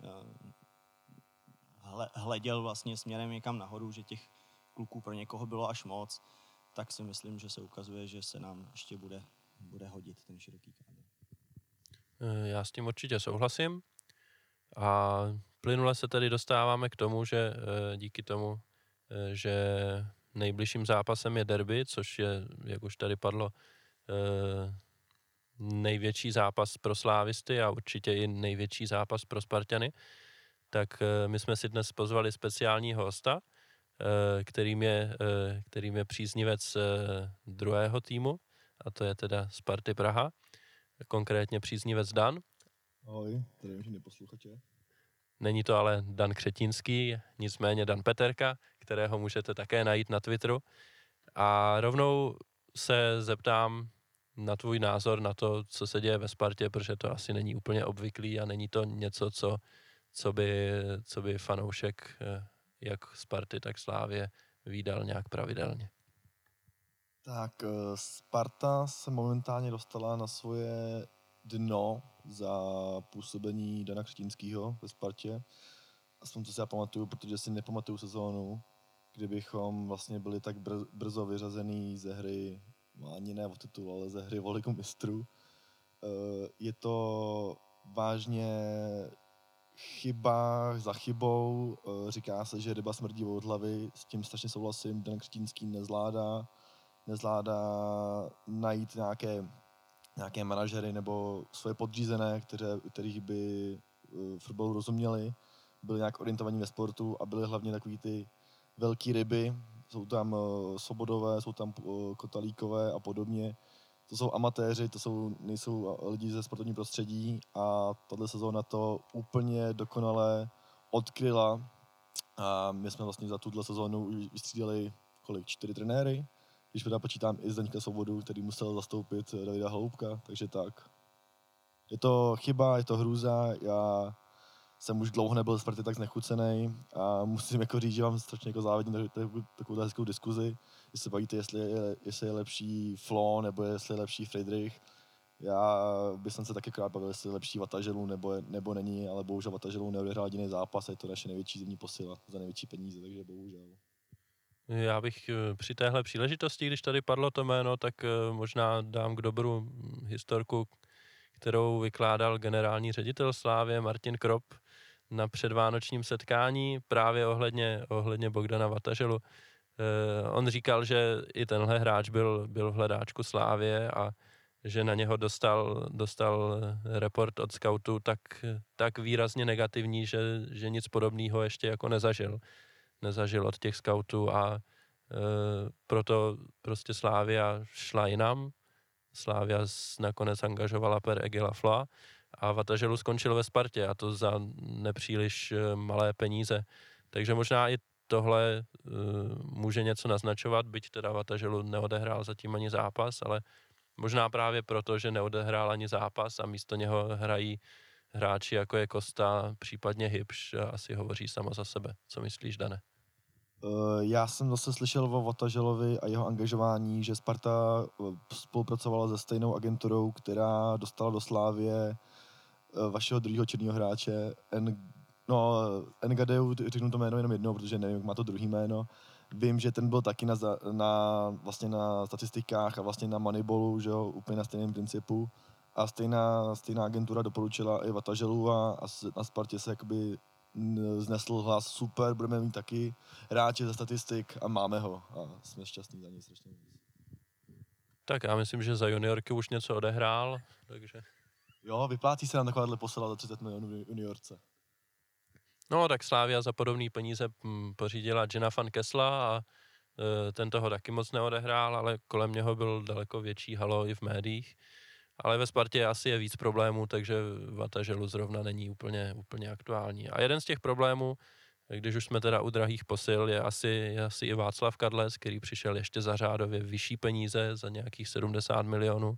hleděl vlastně směrem někam nahoru, že těch kluků pro někoho bylo až moc, tak si myslím, že se ukazuje, že se nám ještě bude hodit ten široký kádr. Já s tím určitě souhlasím a plynule se tedy dostáváme k tomu, že díky tomu, že nejbližším zápasem je derby, což je, jak už tady padlo, největší zápas pro slávisty a určitě i největší zápas pro Spartany, tak my jsme si dnes pozvali speciálního hosta, kterým je příznivec druhého týmu, a to je teda Sparty Praha, konkrétně příznivec Dan. Ahoj, tady všechny posluchače. Není to ale Dan Křetínský, nicméně Dan Peterka, kterého můžete také najít na Twitteru. A rovnou se zeptám na tvůj názor na to, co se děje ve Spartě, protože to asi není úplně obvyklý a není to něco, co by fanoušek jak Sparty, tak Slávie vídal nějak pravidelně. Tak Sparta se momentálně dostala na svoje dno za působení Dana Křetínskýho ve Spartě. Aspoň co si já pamatuju, protože si nepamatuju sezónu, kdybychom vlastně byli tak brzo vyřazený ze hry, ani ne o titul, ale ze hry o Ligu mistrů. Je to vážně chyba za chybou. Říká se, že ryba smrdí od hlavy, s tím strašně souhlasím. Dan Křetínský nezvládá najít nějaké nějaké manažery nebo svoje podřízené, kterých by fotbalu rozuměli, byli nějak orientovaní ve sportu a byli hlavně takový ty velký ryby. Jsou tam Svobodové, jsou tam Kotalíkové a podobně. To jsou amatéři, nejsou lidi ze sportovního prostředí a tato sezóna to úplně dokonale odkryla. A my jsme vlastně za tuhle sezónu vystřídali 4 trenéry, když teda počítám i Zdeňka Svobodu, který musel zastoupit Davida Haloubka, takže tak. Je to chyba, je to hrůza, já jsem už dlouho nebyl z Sparty tak znechucený a musím jako říct, že vám strašně jako závidím takovou hezkou diskuzi, jestli se bavíte, jestli je lepší Flo nebo jestli je lepší Friedrich. Já bych se taky krát bavil, jestli je lepší Vataželu nebo není, ale bohužel Vataželu neodehrál jediný zápas a je to naše největší zimní posila za největší peníze, takže bohužel. Já bych při téhle příležitosti, když tady padlo to jméno, tak možná dám k dobru historku, kterou vykládal generální ředitel Slávie Martin Krop na předvánočním setkání právě ohledně Bogdana Vataželu. On říkal, že i tenhle hráč byl v hledáčku Slávie a že na něho dostal report od scoutu tak výrazně negativní, že nic podobného ještě jako nezažil od těch scoutů a proto prostě Slavia šla jinam. Slavia nakonec angažovala Per Egila Floa a Vataželu skončil ve Spartě a to za nepříliš malé peníze. Takže možná i tohle může něco naznačovat, byť teda Vataželu neodehrál zatím ani zápas, ale možná právě proto, že neodehrál ani zápas a místo něho hrají hráči jako je Kosta, případně Hybš, asi hovoří samo za sebe. Co myslíš, Dane? Já jsem zase slyšel o Vataželovi a jeho angažování, že Sparta spolupracovala se stejnou agenturou, která dostala do Slávie vašeho druhého černého hráče, Engadeu, řeknu to jméno jenom jednou, protože nevím, jak má to druhý jméno. Vím, že ten byl taky vlastně na statistikách a vlastně na Moneyballu, že jo, úplně na stejném principu. A stejná agentura doporučila i Vataželu a na Spartě se jakoby znesl hlas, super, budeme mít taky hráče ze statistik a máme ho. A jsme šťastní za něj strašně. Tak já myslím, že za juniorky už něco odehrál, takže... Jo, vyplácí se nám takováhle posila za 30 milionů juniorce. No, tak Slavia za podobný peníze pořídila Gina van Kessla a ten toho taky moc neodehrál, ale kolem něho byl daleko větší halo i v médiích. Ale ve Spartě asi je víc problémů, takže Vataželu zrovna není úplně aktuální. A jeden z těch problémů, když už jsme teda u drahých posil, je asi i Václav Kadlec, který přišel ještě za řádově vyšší peníze, za nějakých 70 milionů.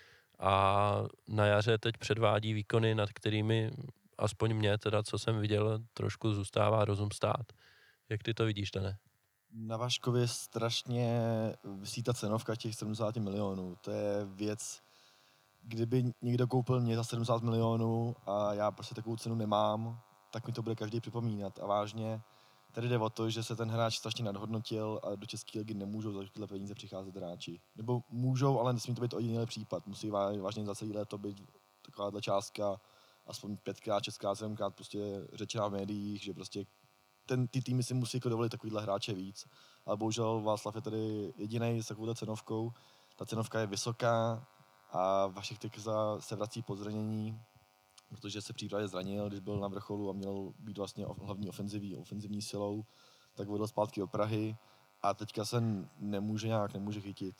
A na jaře teď předvádí výkony, nad kterými aspoň mě, teda co jsem viděl, trošku zůstává rozum stát. Jak ty to vidíš, Dane? Na Vaškově strašně visí ta cenovka těch 70 milionů. To je věc, kdyby někdo koupil mě za 70 milionů a já prostě takovou cenu nemám, tak mi to bude každý připomínat. A vážně, tady jde o to, že se ten hráč strašně nadhodnotil a do České ligy nemůžou za tyhle peníze přicházet hráči. Nebo můžou, ale nesmí to být ojedinělý případ. Musí vážně za celý léto být takováhle částka, aspoň 5x, 6x, 7x prostě řečená v médiích, že prostě ty týmy si musí dovolit takovýhle hráče víc. Ale bohužel Václav je tady jediný s takovouhle cenovkou. Ta cenovka je vysoká a Vašek Tykza se vrací po zranění, protože se přípravě zranil, když byl na vrcholu a měl být vlastně hlavní ofenzivní silou, tak odjel zpátky do Prahy a teďka se nemůže chytit.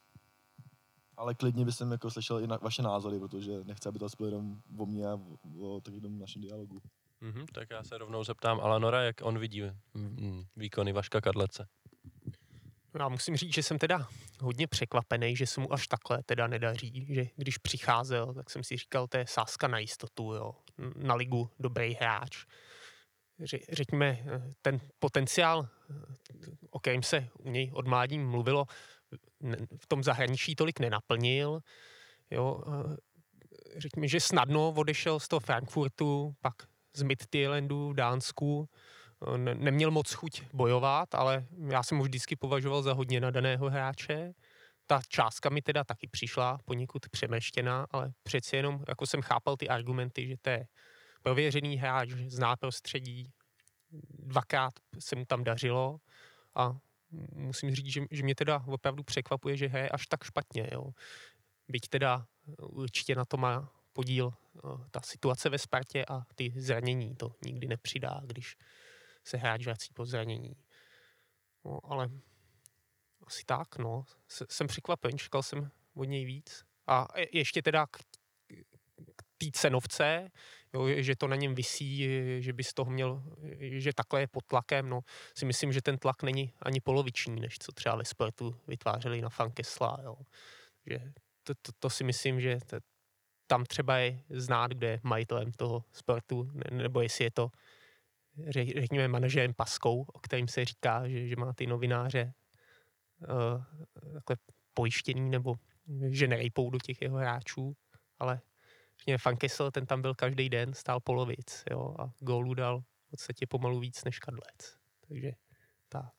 Ale klidně bych jsem jako slyšel i vaše názory, protože nechci, aby to bylo jenom o mě a o takovém našem dialogu. Tak já se rovnou zeptám Alanora, jak on vidí výkony Vaška Kadlece. Já musím říct, že jsem teda hodně překvapený, že se mu až takhle teda nedaří, že když přicházel, tak jsem si říkal, to je sázka na jistotu, jo, na ligu dobrý hráč. Řekněme, ten potenciál, o kterém se u něj od mládí mluvilo, v tom zahraničí tolik nenaplnil, jo. Řekněme, že snadno odešel z toho Frankfurtu, pak z Midtjyllandu v Dánsku, neměl moc chuť bojovat, ale já jsem ho vždycky považoval za hodně nadaného hráče. Ta částka mi teda taky přišla poněkud přemeštěná, ale přeci jenom jako jsem chápal ty argumenty, že to je prověřený hráč, zná prostředí, dvakrát se mu tam dařilo a musím říct, že mě teda opravdu překvapuje, že hraje až tak špatně. Jo. Byť teda určitě na to má podíl ta situace ve Spartě a ty zranění. To nikdy nepřidá, když se hráč vrací po zranění. No, ale asi tak, no. Jsem překvapen, čekal jsem od něj víc. A ještě teda k té cenovce, jo, že to na něm visí, že by z toho měl, že takhle je pod tlakem, no, si myslím, že ten tlak není ani poloviční, než co třeba ve Sportu vytvářeli na Fankesla, jo. Že to si myslím, že tam třeba je znát, kde je majitelem toho Sportu, nebo jestli je to, řekněme, manažerem Paskou, o kterým se říká, že má ty novináře takhle pojištěný, nebo že nerejpou do těch jeho hráčů, ale řekněme Fankesl, ten tam byl každý den, stál polovic, jo, a gólů dal v podstatě pomalu víc než Kadlec. Takže tak.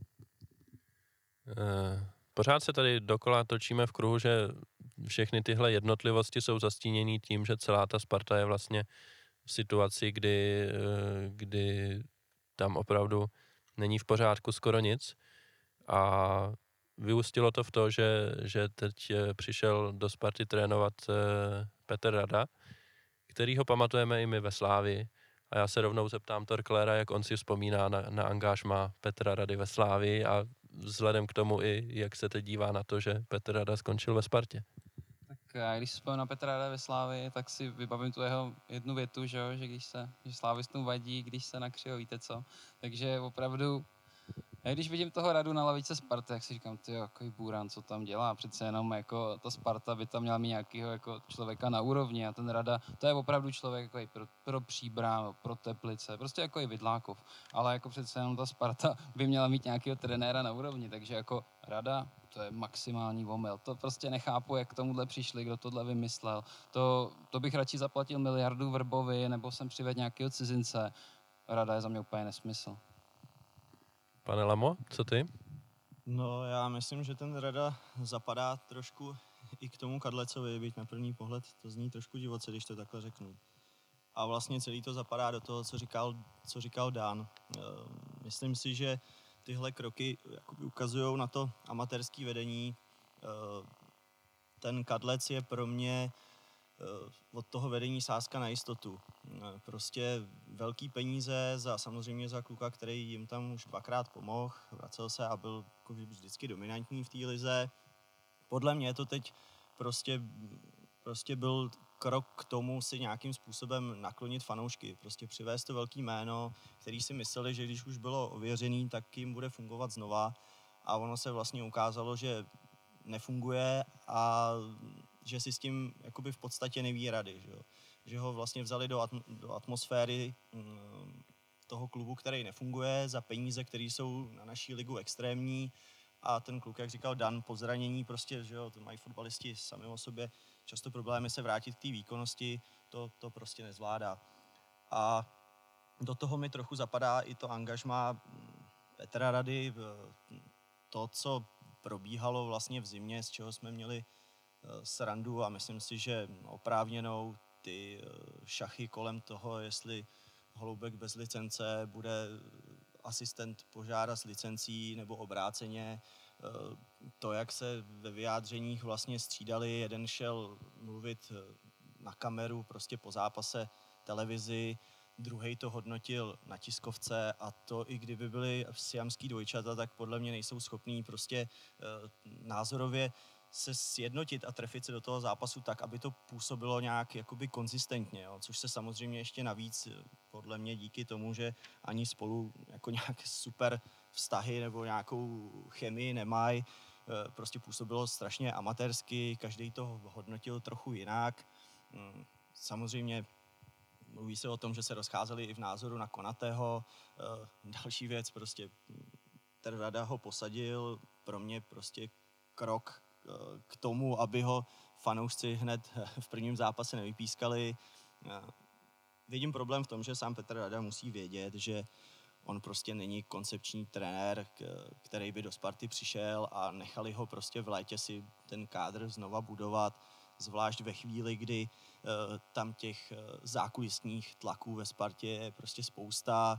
Pořád se tady dokola točíme v kruhu, že všechny tyhle jednotlivosti jsou zastíněny tím, že celá ta Sparta je vlastně v situaci, kdy tam opravdu není v pořádku skoro nic. A vyústilo to v to, že teď přišel do Sparty trénovat Petr Rada, který ho pamatujeme i my ve Slávii. A já se rovnou zeptám Torkléra, jak on si vzpomíná na angažmá Petra Rady ve Slávii a vzhledem k tomu i, jak se teď dívá na to, že Petr Rada skončil ve Spartě. Tak já, když si vzpomínám na Petra Rada ve Slávii, tak si vybavím tu jeho jednu větu, že slávistům vadí, když se nakřijou, víte co. Takže opravdu, já když vidím toho Radu na lavice Sparty, tak si říkám, ty jaký bůran, co tam dělá. Přece jenom jako ta Sparta by tam měla mít nějakého jako člověka na úrovni a ten Rada, to je opravdu člověk jako i pro Příbram, pro Teplice, prostě jako i Vidlákov. Ale jako přece jenom ta Sparta by měla mít nějakého trenéra na úrovni, takže jako Rada, to je maximální omyl. To prostě nechápu, jak k tomuhle přišli, kdo tohle vymyslel. To bych radši zaplatil miliardu Vrbovi, nebo jsem přivedl nějakého cizince. Rada je za mě úplně nesmysl. Pane Lamo, co ty? No, já myslím, že ten Rada zapadá trošku i k tomu Kadlecovi, byť na první pohled to zní trošku divoce, když to takhle řeknu. A vlastně celý to zapadá do toho, co říkal Dan. Myslím si, že tyhle kroky ukazují na to amatérské vedení. Ten Kadlec je pro mě od toho vedení sázka na jistotu. Prostě velký peníze samozřejmě za kluka, který jim tam už dvakrát pomohl, vracel se a byl jako vždycky dominantní v té lize. Podle mě to teď prostě byl krok k tomu si nějakým způsobem naklonit fanoušky, prostě přivést to velký jméno, který si mysleli, že když už bylo ověřený, tak jim bude fungovat znova a ono se vlastně ukázalo, že nefunguje a že si s tím jakoby v podstatě neví rady, že ho vlastně vzali do atmosféry toho klubu, který nefunguje, za peníze, které jsou na naší ligu extrémní a ten kluk, jak říkal Dan, po zranění prostě, že jo, to mají fotbalisti sami o sobě často problémy se vrátit k té výkonnosti, to prostě nezvládá. A do toho mi trochu zapadá i to angažmá Petra Rady, to, co probíhalo vlastně v zimě, z čeho jsme měli srandu a myslím si, že oprávněnou ty šachy kolem toho, jestli Holoubek bez licence bude asistent požádat s licencí nebo obráceně. To, jak se ve vyjádřeních vlastně střídali, jeden šel mluvit na kameru prostě po zápase televizi, druhej to hodnotil na tiskovce a to i kdyby byli siamský dvojčata, tak podle mě nejsou schopní prostě názorově se sjednotit a trefit se do toho zápasu tak, aby to působilo nějak jakoby konzistentně, jo? Což se samozřejmě ještě navíc podle mě díky tomu, že ani spolu jako nějaké super vztahy nebo nějakou chemii nemají, prostě působilo strašně amatérsky, každý to hodnotil trochu jinak. Samozřejmě mluví se o tom, že se rozcházeli i v názoru na Konatého. Další věc, prostě ten Rada ho posadil, pro mě prostě krok k tomu, aby ho fanoušci hned v prvním zápase nevypískali. Vidím problém v tom, že sám Petr Rada musí vědět, že on prostě není koncepční trenér, který by do Sparty přišel a nechali ho prostě v létě si ten kádr znova budovat, zvlášť ve chvíli, kdy tam těch zákulisních tlaků ve Spartě je prostě spousta,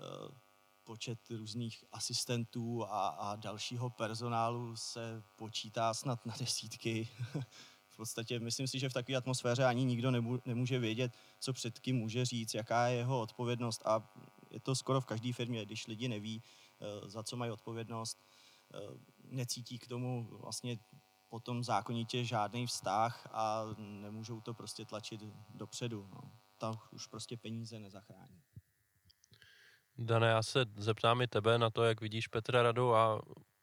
počet různých asistentů a dalšího personálu se počítá snad na desítky v podstatě myslím si, že v takové atmosféře ani nikdo nemůže vědět, co před kým může říct, jaká je jeho odpovědnost a je to skoro v každé firmě, když lidi neví, za co mají odpovědnost, necítí k tomu vlastně potom zákonitě žádný vztah a nemůžou to prostě tlačit dopředu. No. Tam už prostě peníze nezachrání. Dane, já se zeptám i tebe na to, jak vidíš Petra Radu a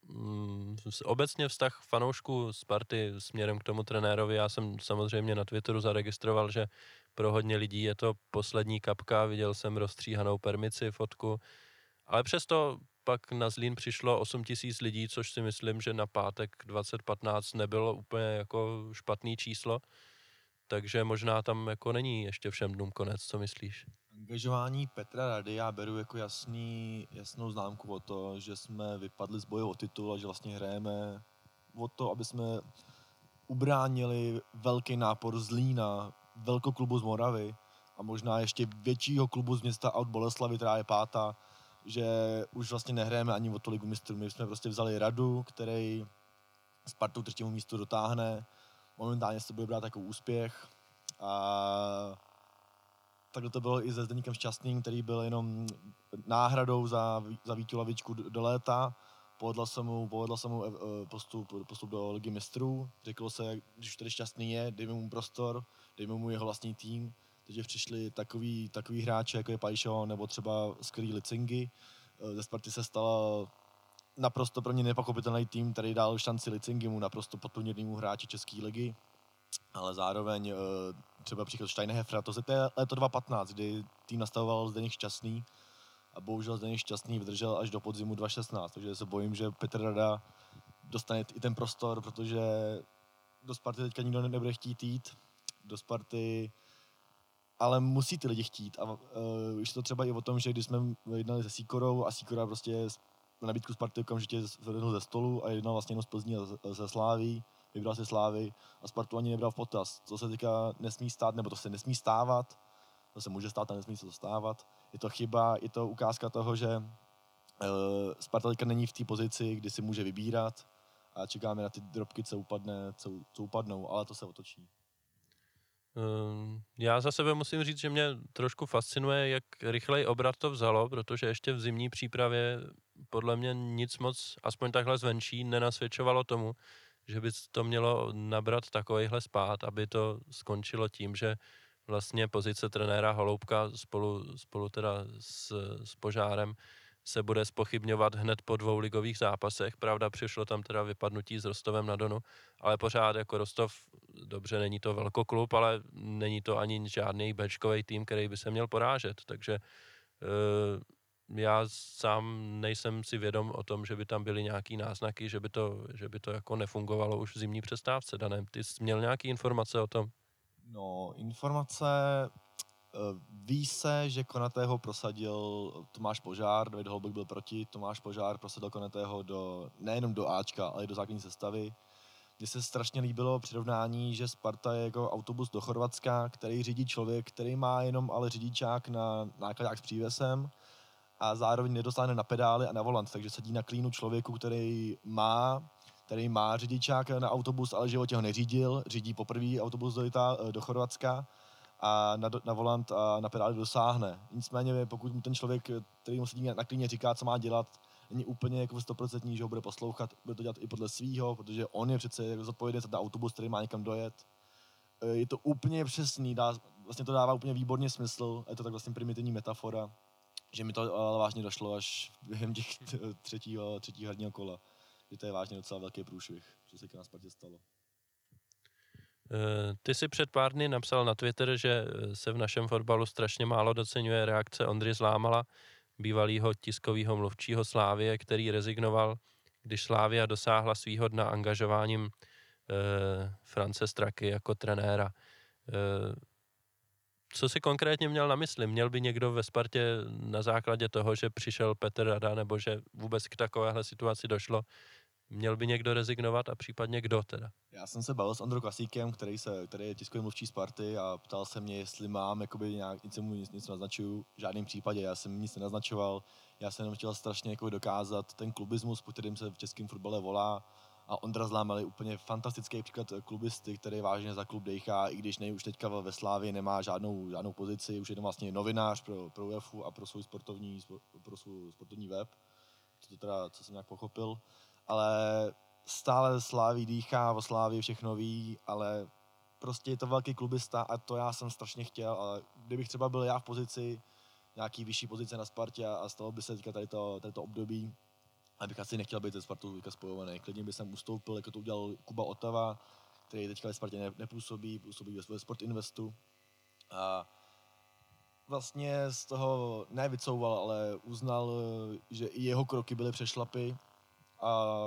obecně vztah fanoušků Sparty směrem k tomu trenérovi. Já jsem samozřejmě na Twitteru zaregistroval, že pro hodně lidí je to poslední kapka, viděl jsem rozstříhanou permici, fotku, ale přesto pak na Zlín přišlo 8 000 lidí, což si myslím, že na pátek 2015 nebylo úplně jako špatný číslo, takže možná tam jako není ještě všem dnům konec, co myslíš? Angažování Petra Rady já beru jako jasnou známku o to, že jsme vypadli z boje o titul a že vlastně hrajeme o to, aby jsme ubránili velký nápor Zlína, velkoklubu z Moravy a možná ještě většího klubu z města Out Boleslavy, která je pátá, že už vlastně nehrajeme ani o to ligu mistrů. My jsme prostě vzali Radu, který Spartu k třetímu místu dotáhne. Momentálně se to bude brát jako úspěch a takhle to bylo i se Zdeníkem Šťastným, který byl jenom náhradou za Víťu Lavičku do léta. Povedla se mu postup do ligy mistrů. Řeklo se, když už tady Šťastný je, dejme mu prostor, dejme mu jeho vlastní tým. Takže přišli takový hráči, jako je Pajšo, nebo třeba skvělý Licingy. Ze Sparty se stala naprosto pro mě nepochopitelný tým, který dal šanci Licingymu, naprosto podprůměrnému hráči České ligy. Ale zároveň třeba příklad Steinhefera, to je léto 2015, kdy tým nastavoval Zdeněk Šťastný a bohužel Zdeněk Šťastný vydržel až do podzimu 2016, takže se bojím, že Petr Rada dostane i ten prostor, protože do Sparty teďka nikdo nebude chtít jít, do Sparty, ale musí ty lidi chtít a už to třeba i o tom, že když jsme jednali se Sikorou a Sikora prostě nabídku Sparty okamžitě zvedl ze stolu a jednal vlastně jenom z Plzní a ze Sláví, vybral si Slávy a Spartu ani nebral v potaz. To se teďka nesmí stát, nebo to se nesmí stávat, to se může stát a nesmí se to stávat. Je to chyba, je to ukázka toho, že Sparta teďka není v té pozici, kdy si může vybírat a čekáme na ty drobky, co upadnou, ale to se otočí. Já za sebe musím říct, že mě trošku fascinuje, jak rychlej obrat to vzalo, protože ještě v zimní přípravě podle mě nic moc, aspoň takhle zvenčí, nenasvědčovalo tomu, že by to mělo nabrat takovejhle spád, aby to skončilo tím, že vlastně pozice trenéra Holoubka spolu teda s Požárem se bude zpochybňovat hned po 2 ligových zápasech. Pravda, přišlo tam teda vypadnutí s Rostovem na Donu, ale pořád jako Rostov, dobře, není to velkoklub, ale není to ani žádný béčkovej tým, který by se měl porážet, takže já sám nejsem si vědom o tom, že by tam byly nějaký náznaky, že by to jako nefungovalo už v zimní přestávce. Dané, ty jsi měl nějaký informace o tom? No, informace, ví se, že Konatého prosadil Tomáš Požár, David Holubek byl proti, Tomáš Požár prosadil Konatého nejenom do Ačka, ale i do základní sestavy. Mně se strašně líbilo přirovnání, že Sparta je jako autobus do Chorvatska, který řídí člověk, který má jenom ale řidičák na nákladák s přívesem a zároveň nedosáhne na pedály a na volant, takže sedí na klínu člověku, který má řidičák na autobus, ale životě ho neřídil, řídí poprvé autobus do Chorvatska a na volant a na pedály dosáhne. Nicméně pokud mu ten člověk, který mu sedí na klíně, říká, co má dělat, není úplně jako 100%, že ho bude poslouchat, bude to dělat i podle svýho, protože on je přece zodpovědný za ten autobus, který má někam dojet. Je to úplně přesný, vlastně to dává úplně výborně smysl, je to tak vlastně primitivní metafora, že mi to ale vážně došlo až během těch třetího herního kola, že to je vážně docela velký průšvih, co se na Spartě stalo. Ty si před pár dny napsal na Twitter, že se v našem fotbalu strašně málo doceňuje reakce Ondry Zlámala, bývalého tiskového mluvčího Slávie, který rezignoval, když Slávia dosáhla svýho dna angažováním France Straky jako trenéra. Co si konkrétně měl na mysli? Měl by někdo ve Spartě na základě toho, že přišel Petr Rada, nebo že vůbec k takovéhle situaci došlo, měl by někdo rezignovat a případně kdo teda? Já jsem se bavil s Ondrou Kasíkem, který je tiskový mluvčí Sparty a ptal se mě, jestli mám něco naznačuju. V žádném případě, já jsem nic nenaznačoval. Já jsem jenom chtěl strašně dokázat ten klubismus, po kterým se v českém fotbale volá A Ondra Zlámal je úplně fantastický příklad klubisty, který vážně za klub dejchá, i když už teďka ve Slávii nemá žádnou pozici, už je to vlastně novinář pro UEFu a pro svůj sportovní web, co jsem nějak pochopil, ale stále Slávii dýchá, o Slávii všechno ví, ale prostě je to velký klubista a to já jsem strašně chtěl, ale kdybych třeba byl já v pozici, nějaký vyšší pozice na Spartě a stalo by se teďka tady to období, abych asi nechtěl být ze Spartou teďka spojovaný. Klidně bych jsem ustoupil, jako to udělal Kuba Otava, který teďka ve Spartě nepůsobí, působí ve Sport Investu. A vlastně z toho nevycouval, ale uznal, že i jeho kroky byly přešlapy a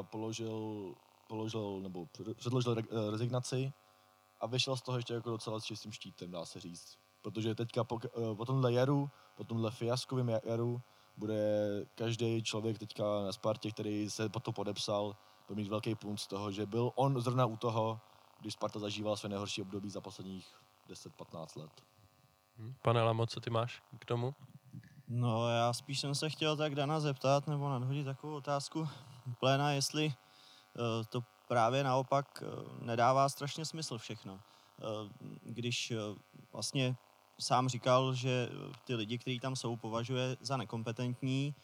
předložil rezignaci a vyšel z toho ještě jako docela s čistým štítem, dá se říct. Protože teďka po tomhle fiaskovém jaru, bude každý člověk teďka na Spartě, který se po to podepsal, bude mít velký punt z toho, že byl on zrovna u toho, když Sparta zažívala své nejhorší období za posledních 10-15 let. Pane Lamo, co ty máš k tomu? No, já spíš jsem se chtěl tak Dana zeptat, nebo nadhodit takovou otázku pléna, jestli to právě naopak nedává strašně smysl všechno. Když vlastně sám říkal, že ty lidi, kteří tam jsou, považuje za nekompetentní,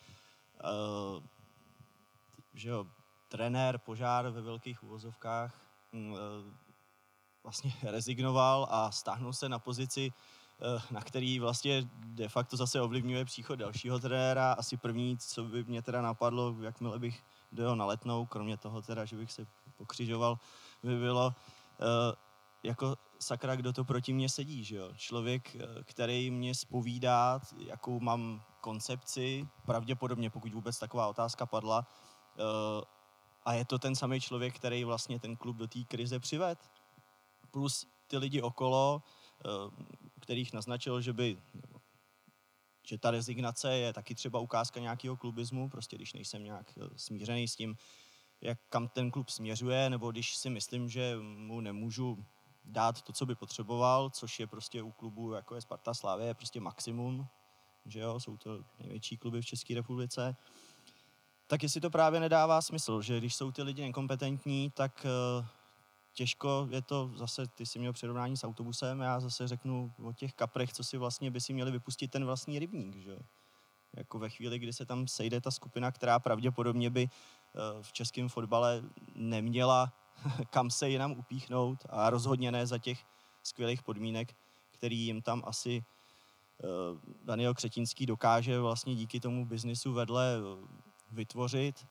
že jo, trenér Požár ve velkých uvozovkách vlastně rezignoval a stáhnul se na pozici, na který vlastně de facto zase ovlivňuje příchod dalšího trenéra. Asi první, co by mě teda napadlo, jakmile bych dojel na Letnou, kromě toho teda, že bych se pokřižoval, by bylo jako sakra, kdo to proti mně sedí, že jo? Člověk, který mě zpovídá, jakou mám koncepci, pravděpodobně, pokud vůbec taková otázka padla, a je to ten samý člověk, který vlastně ten klub do té krize přived. Plus ty lidi okolo, kterých naznačil, že ta rezignace je taky třeba ukázka nějakého klubismu, prostě když nejsem nějak smířený s tím, kam ten klub směřuje, nebo když si myslím, že mu nemůžu dát to, co by potřeboval, což je prostě u klubů, jako je Sparta, Slavie, je prostě maximum, že jo, jsou to největší kluby v České republice, tak jestli to právě nedává smysl, že když jsou ty lidi nekompetentní, tak těžko je to, zase ty si měl přirovnání s autobusem, já zase řeknu o těch kaprech, co si vlastně by si měli vypustit ten vlastní rybník, že jo. Jako ve chvíli, kdy se tam sejde ta skupina, která pravděpodobně by v českém fotbale neměla kam se jinam upíchnout a rozhodně ne za těch skvělých podmínek, který jim tam asi Daniel Křetínský dokáže vlastně díky tomu biznisu vedle vytvořit.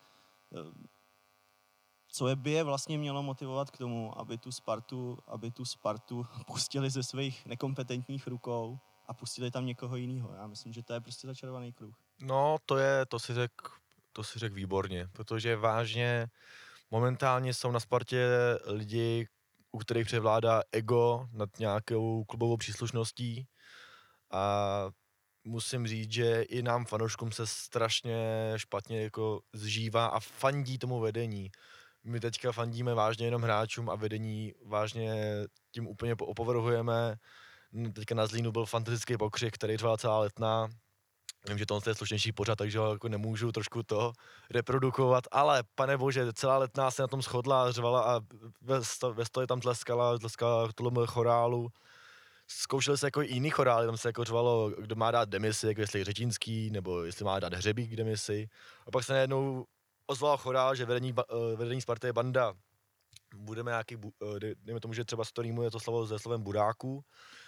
Co by je vlastně mělo motivovat k tomu, aby tu Spartu pustili ze svých nekompetentních rukou a pustili tam někoho jiného. Já myslím, že to je prostě začarovaný kruh. No, to si řek výborně, protože vážně momentálně jsou na Spartě lidi, u kterých převládá ego nad nějakou klubovou příslušností a musím říct, že i nám fanouškům se strašně špatně jako zžívá a fandí tomu vedení. My teďka fandíme vážně jenom hráčům a vedení vážně tím úplně opovrhujeme. Teďka na Zlínu byl fantastický pokřik, který trval celá Letná. Vím, že tohle je slušnější pořad, takže ho jako nemůžu trošku to reprodukovat, ale pane bože, celá Letná se na tom shodla a řvala a ve stole tam tleskala tomu chorálu. Zkoušeli se jako i jiný chorály, tam se jako řvalo, kdo má dát demisi, jako jestli Řečínský, nebo jestli má dát Hřebík demisi. A pak se najednou ozval chorál, že vedení Sparty je banda. Budeme nějaký, dejme tomu, že třeba storýmuje to slovo se slovem budáků.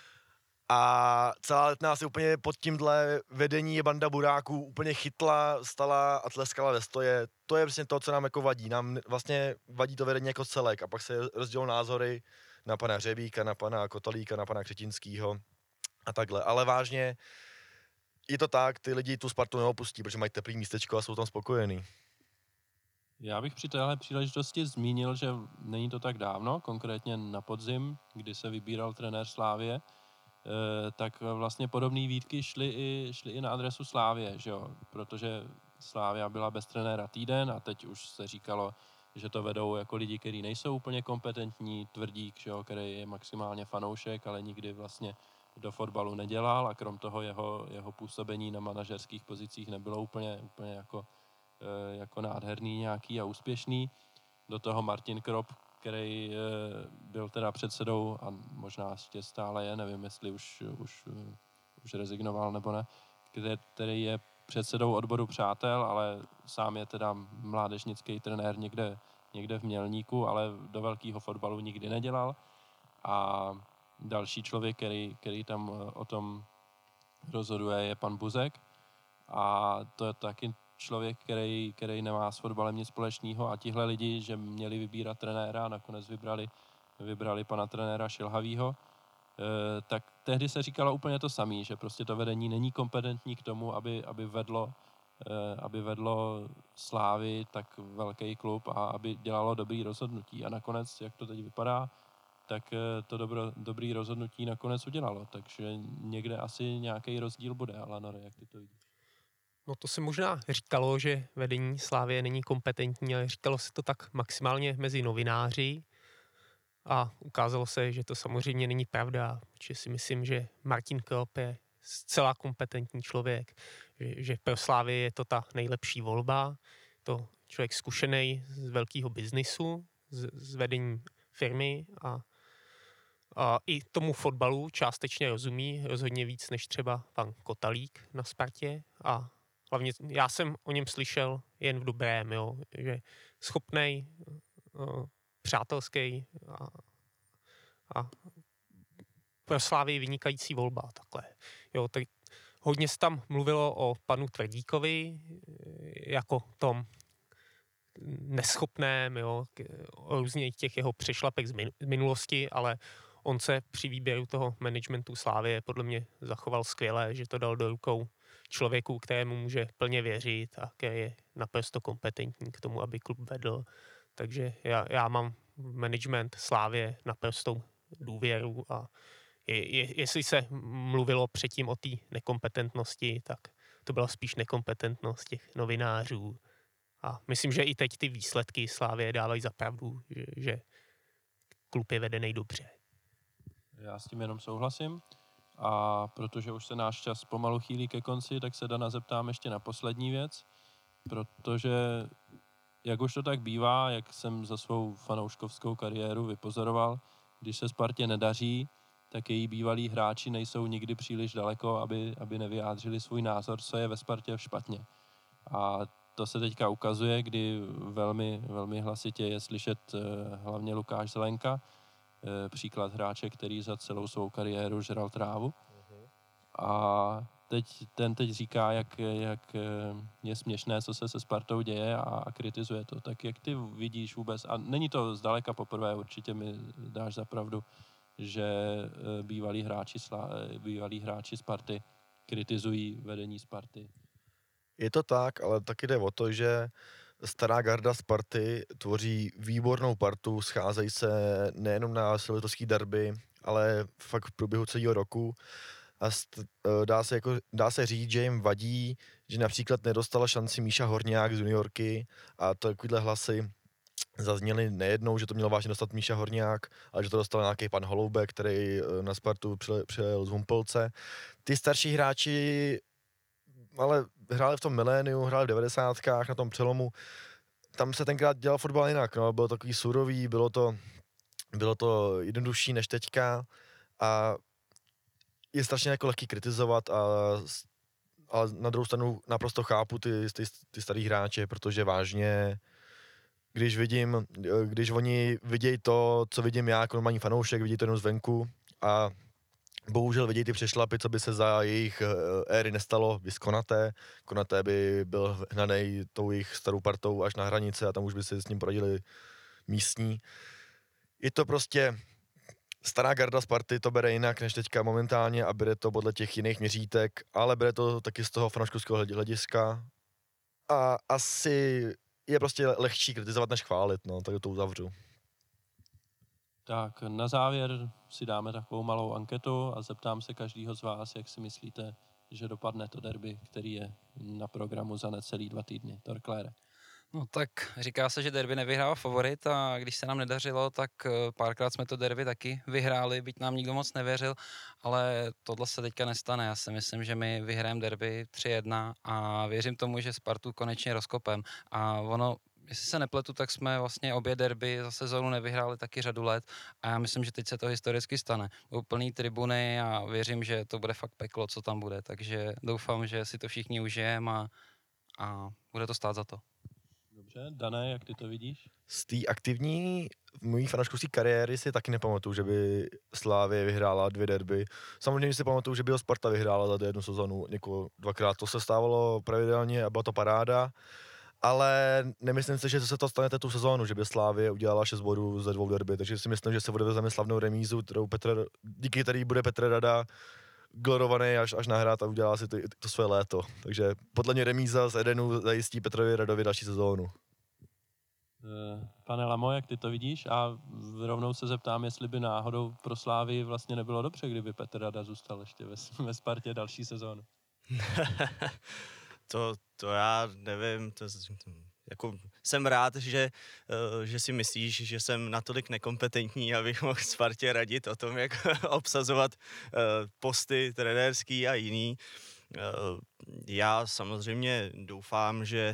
A celá Letná si úplně pod tímhle vedení je banda budáků úplně chytla, stala a tleskala ve stoje. To je přesně to, co nám jako vadí. Nám vlastně vadí to vedení jako celek a pak se rozdělou názory na pana Hřebíka, na pana Kotalíka, na pana Křetínskýho a takhle. Ale vážně je to tak, ty lidi tu Spartu neopustí, protože mají teplý místečko a jsou tam spokojení. Já bych při téhle příležitosti zmínil, že není to tak dávno, konkrétně na podzim, kdy se vybíral trenér Slávie, tak vlastně podobné výtky šly i na adresu Slávie, že jo? Protože Slávia byla bez trenéra týden a teď už se říkalo, že to vedou jako lidi, kteří nejsou úplně kompetentní, Tvrdík, že jo, který je maximálně fanoušek, ale nikdy vlastně do fotbalu nedělal a krom toho jeho působení na manažerských pozicích nebylo úplně jako nádherný nějaký a úspěšný. do toho Martin Krop, který byl teda předsedou a možná ještě stále je, nevím, jestli už rezignoval nebo ne, který je předsedou odboru Přátel, ale sám je teda mládežnický trenér někde v Mělníku, ale do velkého fotbalu nikdy nedělal. A další člověk, který tam o tom rozhoduje, je pan Buzek. A to je taky člověk, který nemá s fotbalem nic společného. A tihle lidi, že měli vybírat trenéra, nakonec vybrali pana trenéra Šilhavýho, tak tehdy se říkalo úplně to samé, že prostě to vedení není kompetentní k tomu, aby vedlo Slávy tak velký klub a aby dělalo dobrý rozhodnutí. A nakonec, jak to teď vypadá, tak to dobrý rozhodnutí nakonec udělalo. Takže někde asi nějaký rozdíl bude. Alanore, jak ty to vidíš? No to se možná říkalo, že vedení Slávie není kompetentní, ale říkalo se to tak maximálně mezi novináři a ukázalo se, že to samozřejmě není pravda, že si myslím, že Martin Krop je zcela kompetentní člověk, že pro Slávii je to ta nejlepší volba, to člověk zkušený z velkého biznisu, z vedení firmy a i tomu fotbalu částečně rozumí, rozhodně víc než třeba pan Kotalík na Spartě a hlavně já jsem o něm slyšel jen v dobrém, jo, že schopnej, přátelský a pro Slávii vynikající volba, takhle. Jo, tak hodně se tam mluvilo o panu Tvrdíkovi jako tom neschopném, jo, o různých těch jeho přešlapek z minulosti, ale on se při výběru toho managementu Slávie podle mě zachoval skvěle, že to dal do rukou člověku, kterému může plně věřit a který je naprosto kompetentní k tomu, aby klub vedl. Takže já mám management Slávie naprostou důvěru a jestli se mluvilo předtím o té nekompetentnosti, tak to byla spíš nekompetentnost těch novinářů. A myslím, že i teď ty výsledky Slávie dávají za pravdu, že klub je vedený dobře. Já s tím jenom souhlasím. A protože už se náš čas pomalu chýlí ke konci, tak se Dana zeptám ještě na poslední věc, protože jak už to tak bývá, jak jsem za svou fanouškovskou kariéru vypozoroval, když se Spartě nedaří, tak její bývalí hráči nejsou nikdy příliš daleko, aby nevyjádřili svůj názor, co je ve Spartě špatně. A to se teďka ukazuje, kdy velmi, velmi hlasitě je slyšet hlavně Lukáš Zelenka, příklad hráče, který za celou svou kariéru žral trávu. A ten teď říká, jak je směšné, co se Spartou děje a kritizuje to. Tak jak ty vidíš vůbec, a není to zdaleka poprvé, určitě mi dáš za pravdu, že bývalí hráči Sparty kritizují vedení Sparty. Je to tak, ale taky jde o to, že stará garda Sparty tvoří výbornou partu, scházejí se nejenom na silvestrovský derby, ale fakt v průběhu celého roku. A dá se říct, že jim vadí, že například nedostala šanci Míša Horňák z juniorky a takovýhle hlasy zazněly nejednou, že to měl vážně dostat Míša Horňák, ale že to dostal nějaký pan Holoubek, který na Spartu přijel z Humpolce. Ty starší hráči ale hráli v tom miléniu, hráli v 90. na tom přelomu. Tam se tenkrát dělal fotbal jinak, no. Bylo to takový surový, bylo to jednodušší než teďka a je strašně jako lehký kritizovat, ale na druhou stranu naprosto chápu ty starý hráče, protože vážně, když oni vidějí to, co vidím já jako normální fanoušek, vidí to jenom zvenku a bohužel vidějí ty přešlapy, co by se za jejich éry nestalo, vys Konaté. Konaté by byl hnanej tou jejich starou partou až na hranice a tam už by si s ním poradili místní. Je to prostě stará garda Sparty, to bere jinak než teďka momentálně a bere to podle těch jiných měřítek, ale bere to taky z toho fanouškovského hlediska a asi je prostě lehčí kritizovat než chválit, no, tak to uzavřu. Tak na závěr si dáme takovou malou anketu a zeptám se každýho z vás, jak si myslíte, že dopadne to derby, který je na programu za necelý 2 týdny. Torklére. No tak říká se, že derby nevyhrává favorit a když se nám nedařilo, tak párkrát jsme to derby taky vyhráli, byť nám nikdo moc nevěřil, ale tohle se teďka nestane. Já si myslím, že my vyhrajeme derby 3-1 a věřím tomu, že Spartu konečně rozkopem. A ono jestli se nepletu, tak jsme vlastně obě derby za sezónu nevyhráli taky řadu let a já myslím, že teď se to historicky stane. Budou plný tribuny a věřím, že to bude fakt peklo, co tam bude, takže doufám, že si to všichni užijeme a bude to stát za to. Dobře, Dané, jak ty to vidíš? Z té aktivní mojí fanouškovské kariéry si taky nepamatuju, že by Slavie vyhrála 2 derby. Samozřejmě si pamatuju, že by ho Sparta vyhrála za 1 sezonu dvakrát. To se stávalo pravidelně a byla to paráda. Ale nemyslím si, že se to stane tu sezónu, že by Slavie udělala 6 bodů ze 2 derby, takže si myslím, že se odvezeme slavnou remízu, díky který bude Petr Rada glorovaný až nahrát a udělá si to své léto. Takže podle mě remíza z Edenu zajistí Petrovi Radovi další sezónu. Pane Lamo, jak ty to vidíš? A rovnou se zeptám, jestli by náhodou pro Slávii vlastně nebylo dobře, kdyby Petr Rada zůstal ještě ve Spartě další sezónu. To já nevím, jako jsem rád, že si myslíš, že jsem natolik nekompetentní, abych mohl Spartě radit o tom, jak obsazovat posty trenérský a jiný. Já samozřejmě doufám, že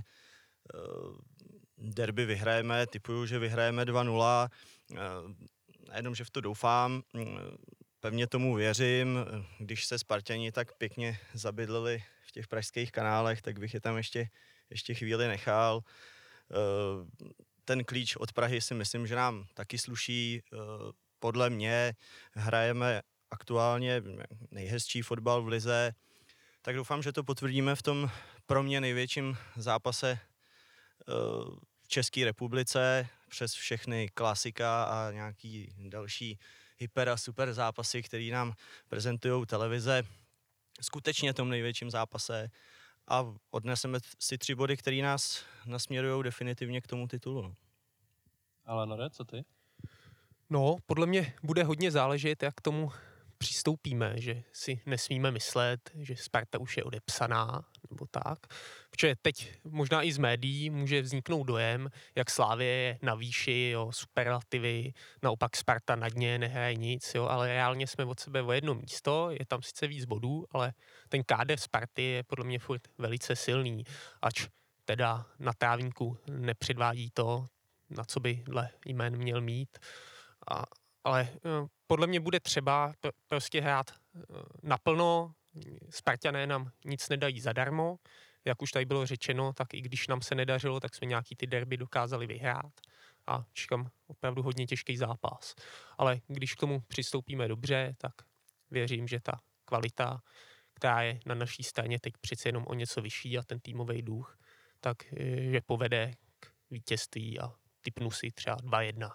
derby vyhrajeme, tipuju, že vyhrajeme 2-0, nejenom, že v to doufám, pevně tomu věřím, když se Sparťani tak pěkně zabydlili v těch pražských kanálech, tak bych je tam ještě chvíli nechal. Ten klíč od Prahy si myslím, že nám taky sluší. Podle mě hrajeme aktuálně nejhezčí fotbal v lize, tak doufám, že to potvrdíme v tom pro mě největším zápase v České republice přes všechny klasika a nějaký další hyper a super zápasy, které nám prezentují televize. Skutečně tom největším zápase a odneseme si 3 body, které nás nasměrují definitivně k tomu titulu. Ale Nore, co ty? No, podle mě bude hodně záležet, jak k tomu přistoupíme, že si nesmíme myslet, že Sparta už je odepsaná, nebo tak. Protože teď možná i z médií může vzniknout dojem, jak Slavie je na výši, jo, superlativy, naopak Sparta na dně nehraje nic, jo, ale reálně jsme od sebe o 1 místo, je tam sice víc bodů, ale ten kádr Sparty je podle mě furt velice silný, ač teda na trávníku nepředvádí to, na co by dle jmén měl mít. Ale podle mě bude třeba prostě hrát naplno. Spartané nám nic nedají zadarmo. Jak už tady bylo řečeno, tak i když nám se nedařilo, tak jsme nějaký ty derby dokázali vyhrát. A čekám opravdu hodně těžký zápas. Ale když k tomu přistoupíme dobře, tak věřím, že ta kvalita, která je na naší straně teď přece jenom o něco vyšší a ten týmový duch, tak že povede k vítězství a tipnu si třeba 2-1.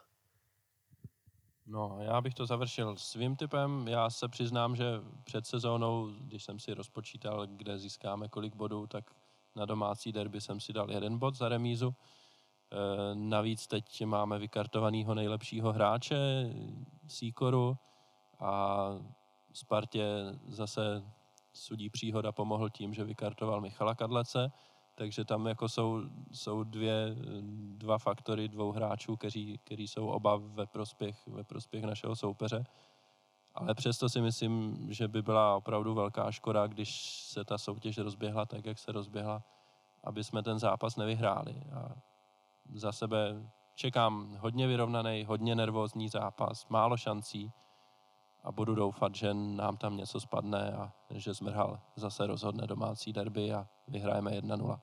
No, já bych to završil svým tipem. Já se přiznám, že před sezónou, když jsem si rozpočítal, kde získáme kolik bodů, tak na domácí derby jsem si dal 1 bod za remízu. Navíc teď máme vykartovanýho nejlepšího hráče, Sýkoru, a Spartě zase sudí příhoda pomohl tím, že vykartoval Michala Kadlece, takže tam jako jsou dva faktory 2 hráčů, kteří jsou oba ve prospěch našeho soupeře. Ale přesto si myslím, že by byla opravdu velká škoda, když se ta soutěž rozběhla tak, jak se rozběhla, aby jsme ten zápas nevyhráli. A za sebe čekám hodně vyrovnaný, hodně nervózní zápas, málo šancí a budu doufat, že nám tam něco spadne a že Zmrhal zase rozhodne domácí derby a vyhrajeme 1-0.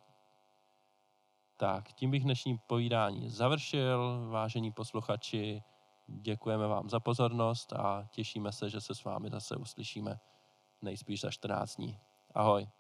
Tak, tím bych dnešní povídání završil. Vážení posluchači, děkujeme vám za pozornost a těšíme se, že se s vámi zase uslyšíme nejspíš za 14 dní. Ahoj.